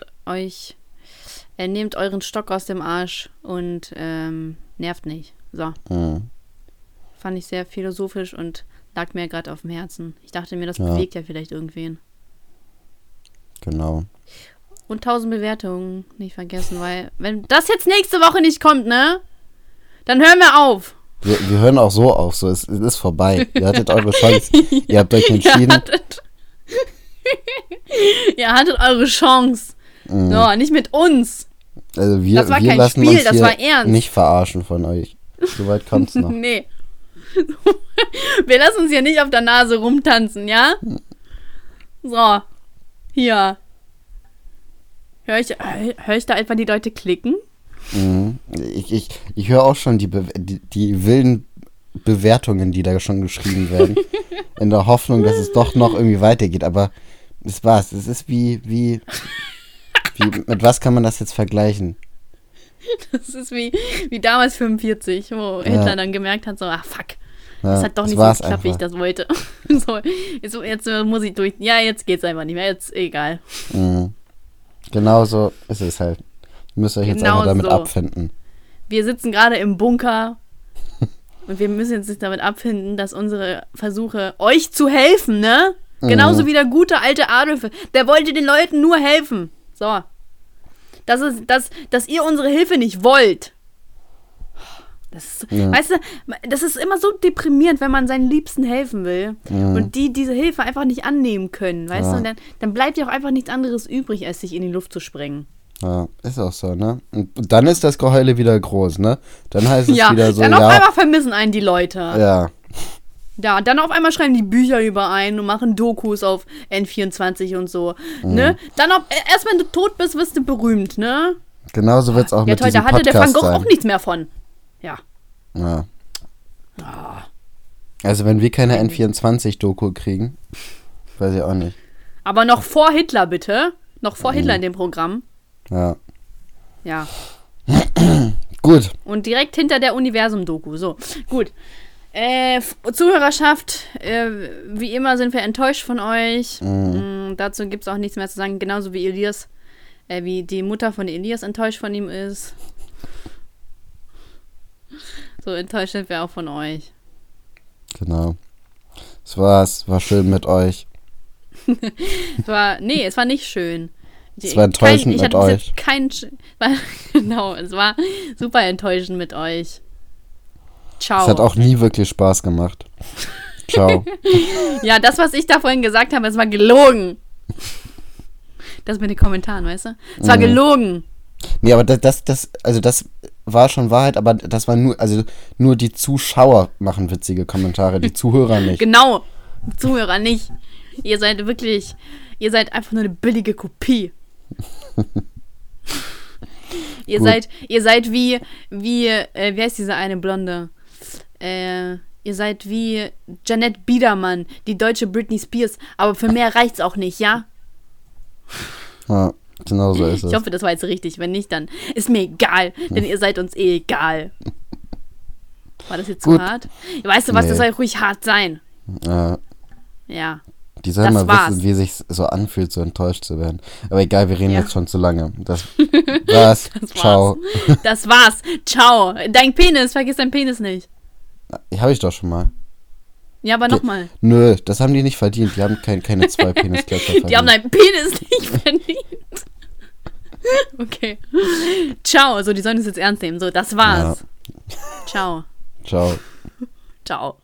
euren Stock aus dem Arsch und nervt nicht. So. Fand ich sehr philosophisch und lag mir gerade auf dem Herzen. Ich dachte mir, das bewegt ja vielleicht irgendwen. Genau. Und 1000 Bewertungen nicht vergessen, weil wenn das jetzt nächste Woche nicht kommt, ne? Dann hören wir auf. Wir hören auch so auf, so es ist vorbei. Ihr hattet eure Chance. Ihr habt euch entschieden. Ihr hattet eure Chance. So, nicht mit uns. Also das war kein Spiel, das war ernst. Nicht verarschen von euch. Soweit kommt's noch. Nee. Wir lassen uns hier nicht auf der Nase rumtanzen, ja? So. Hier. Hör ich da einfach die Leute klicken? Ich höre auch schon die wilden Bewertungen, die da schon geschrieben werden. In der Hoffnung, dass es doch noch irgendwie weitergeht. Aber das war's. Es ist wie mit was kann man das jetzt vergleichen? Das ist wie damals 45, wo Hitler dann gemerkt hat, so, fuck. Das hat doch nicht so geklappt, wie ich das wollte. So, jetzt muss ich durch. Ja, jetzt geht's einfach nicht mehr. Jetzt egal. Genau so ist es halt. Ihr müsst euch jetzt einfach damit abfinden. Wir sitzen gerade im Bunker und wir müssen jetzt damit abfinden, dass unsere Versuche, euch zu helfen, ne? Genauso wie der gute alte Adolf. Der wollte den Leuten nur helfen. So. Dass ihr unsere Hilfe nicht wollt. Weißt du, das ist immer so deprimierend, wenn man seinen Liebsten helfen will und die diese Hilfe einfach nicht annehmen können, weißt du? Und dann bleibt ja auch einfach nichts anderes übrig, als sich in die Luft zu sprengen. Ja, ist auch so, ne? Und dann ist das Geheule wieder groß, ne? Dann heißt es wieder so, dann auf einmal vermissen einen die Leute. Ja. Ja, dann auf einmal schreiben die Bücher überein und machen Dokus auf N24 und so, ne? Dann erst wenn du tot bist, wirst du berühmt, ne? Genauso wird's auch mit diesem Podcast sein. Ja, toll, da hatte der Van Gogh auch nichts mehr von. Ja. Also wenn wir keine N24-Doku kriegen, weiß ich auch nicht. Aber noch vor Hitler, bitte. Noch vor Hitler in dem Programm. Ja. Ja. Gut. Und direkt hinter der Universum-Doku. So, gut. Zuhörerschaft, wie immer sind wir enttäuscht von euch. Dazu gibt es auch nichts mehr zu sagen. Genauso wie Elias, wie die Mutter von Elias enttäuscht von ihm ist. So enttäuscht sind wir auch von euch. Genau. Es war schön mit euch. Es war nicht schön. Es war enttäuschend mit euch. Genau, es war super enttäuschend mit euch. Ciao. Es hat auch nie wirklich Spaß gemacht. Ciao. Ja, das, was ich da vorhin gesagt habe, es war gelogen. Das mit den Kommentaren, weißt du? Es war gelogen. Nee, aber das war schon Wahrheit, aber das war nur die Zuschauer machen witzige Kommentare, die Zuhörer nicht. Genau, die Zuhörer nicht. Ihr seid einfach nur eine billige Kopie. Ihr seid wie heißt diese eine Blonde? Ihr seid wie Janette Biedermann, die deutsche Britney Spears, aber für mehr reicht's auch nicht, ja? Ja, genau so ist es. Ich hoffe, das war jetzt richtig. Wenn nicht, dann ist mir egal, denn ihr seid uns egal. War das jetzt zu hart? Weißt du was, das soll ruhig hart sein. Ja. Die sollen mal wissen, wie es sich so anfühlt, so enttäuscht zu werden. Aber egal, wir reden jetzt schon zu lange. Das war's. Ciao. Das war's. Ciao. Dein Penis, vergiss deinen Penis nicht. Habe ich doch schon mal. Ja, aber nochmal. Nö, das haben die nicht verdient. Die haben keine 2 Penisklätzer verdient. Die haben deinen Penis nicht verdient. Okay. Ciao. So, die sollen es jetzt ernst nehmen. So, das war's. Ja. Ciao. Ciao. Ciao.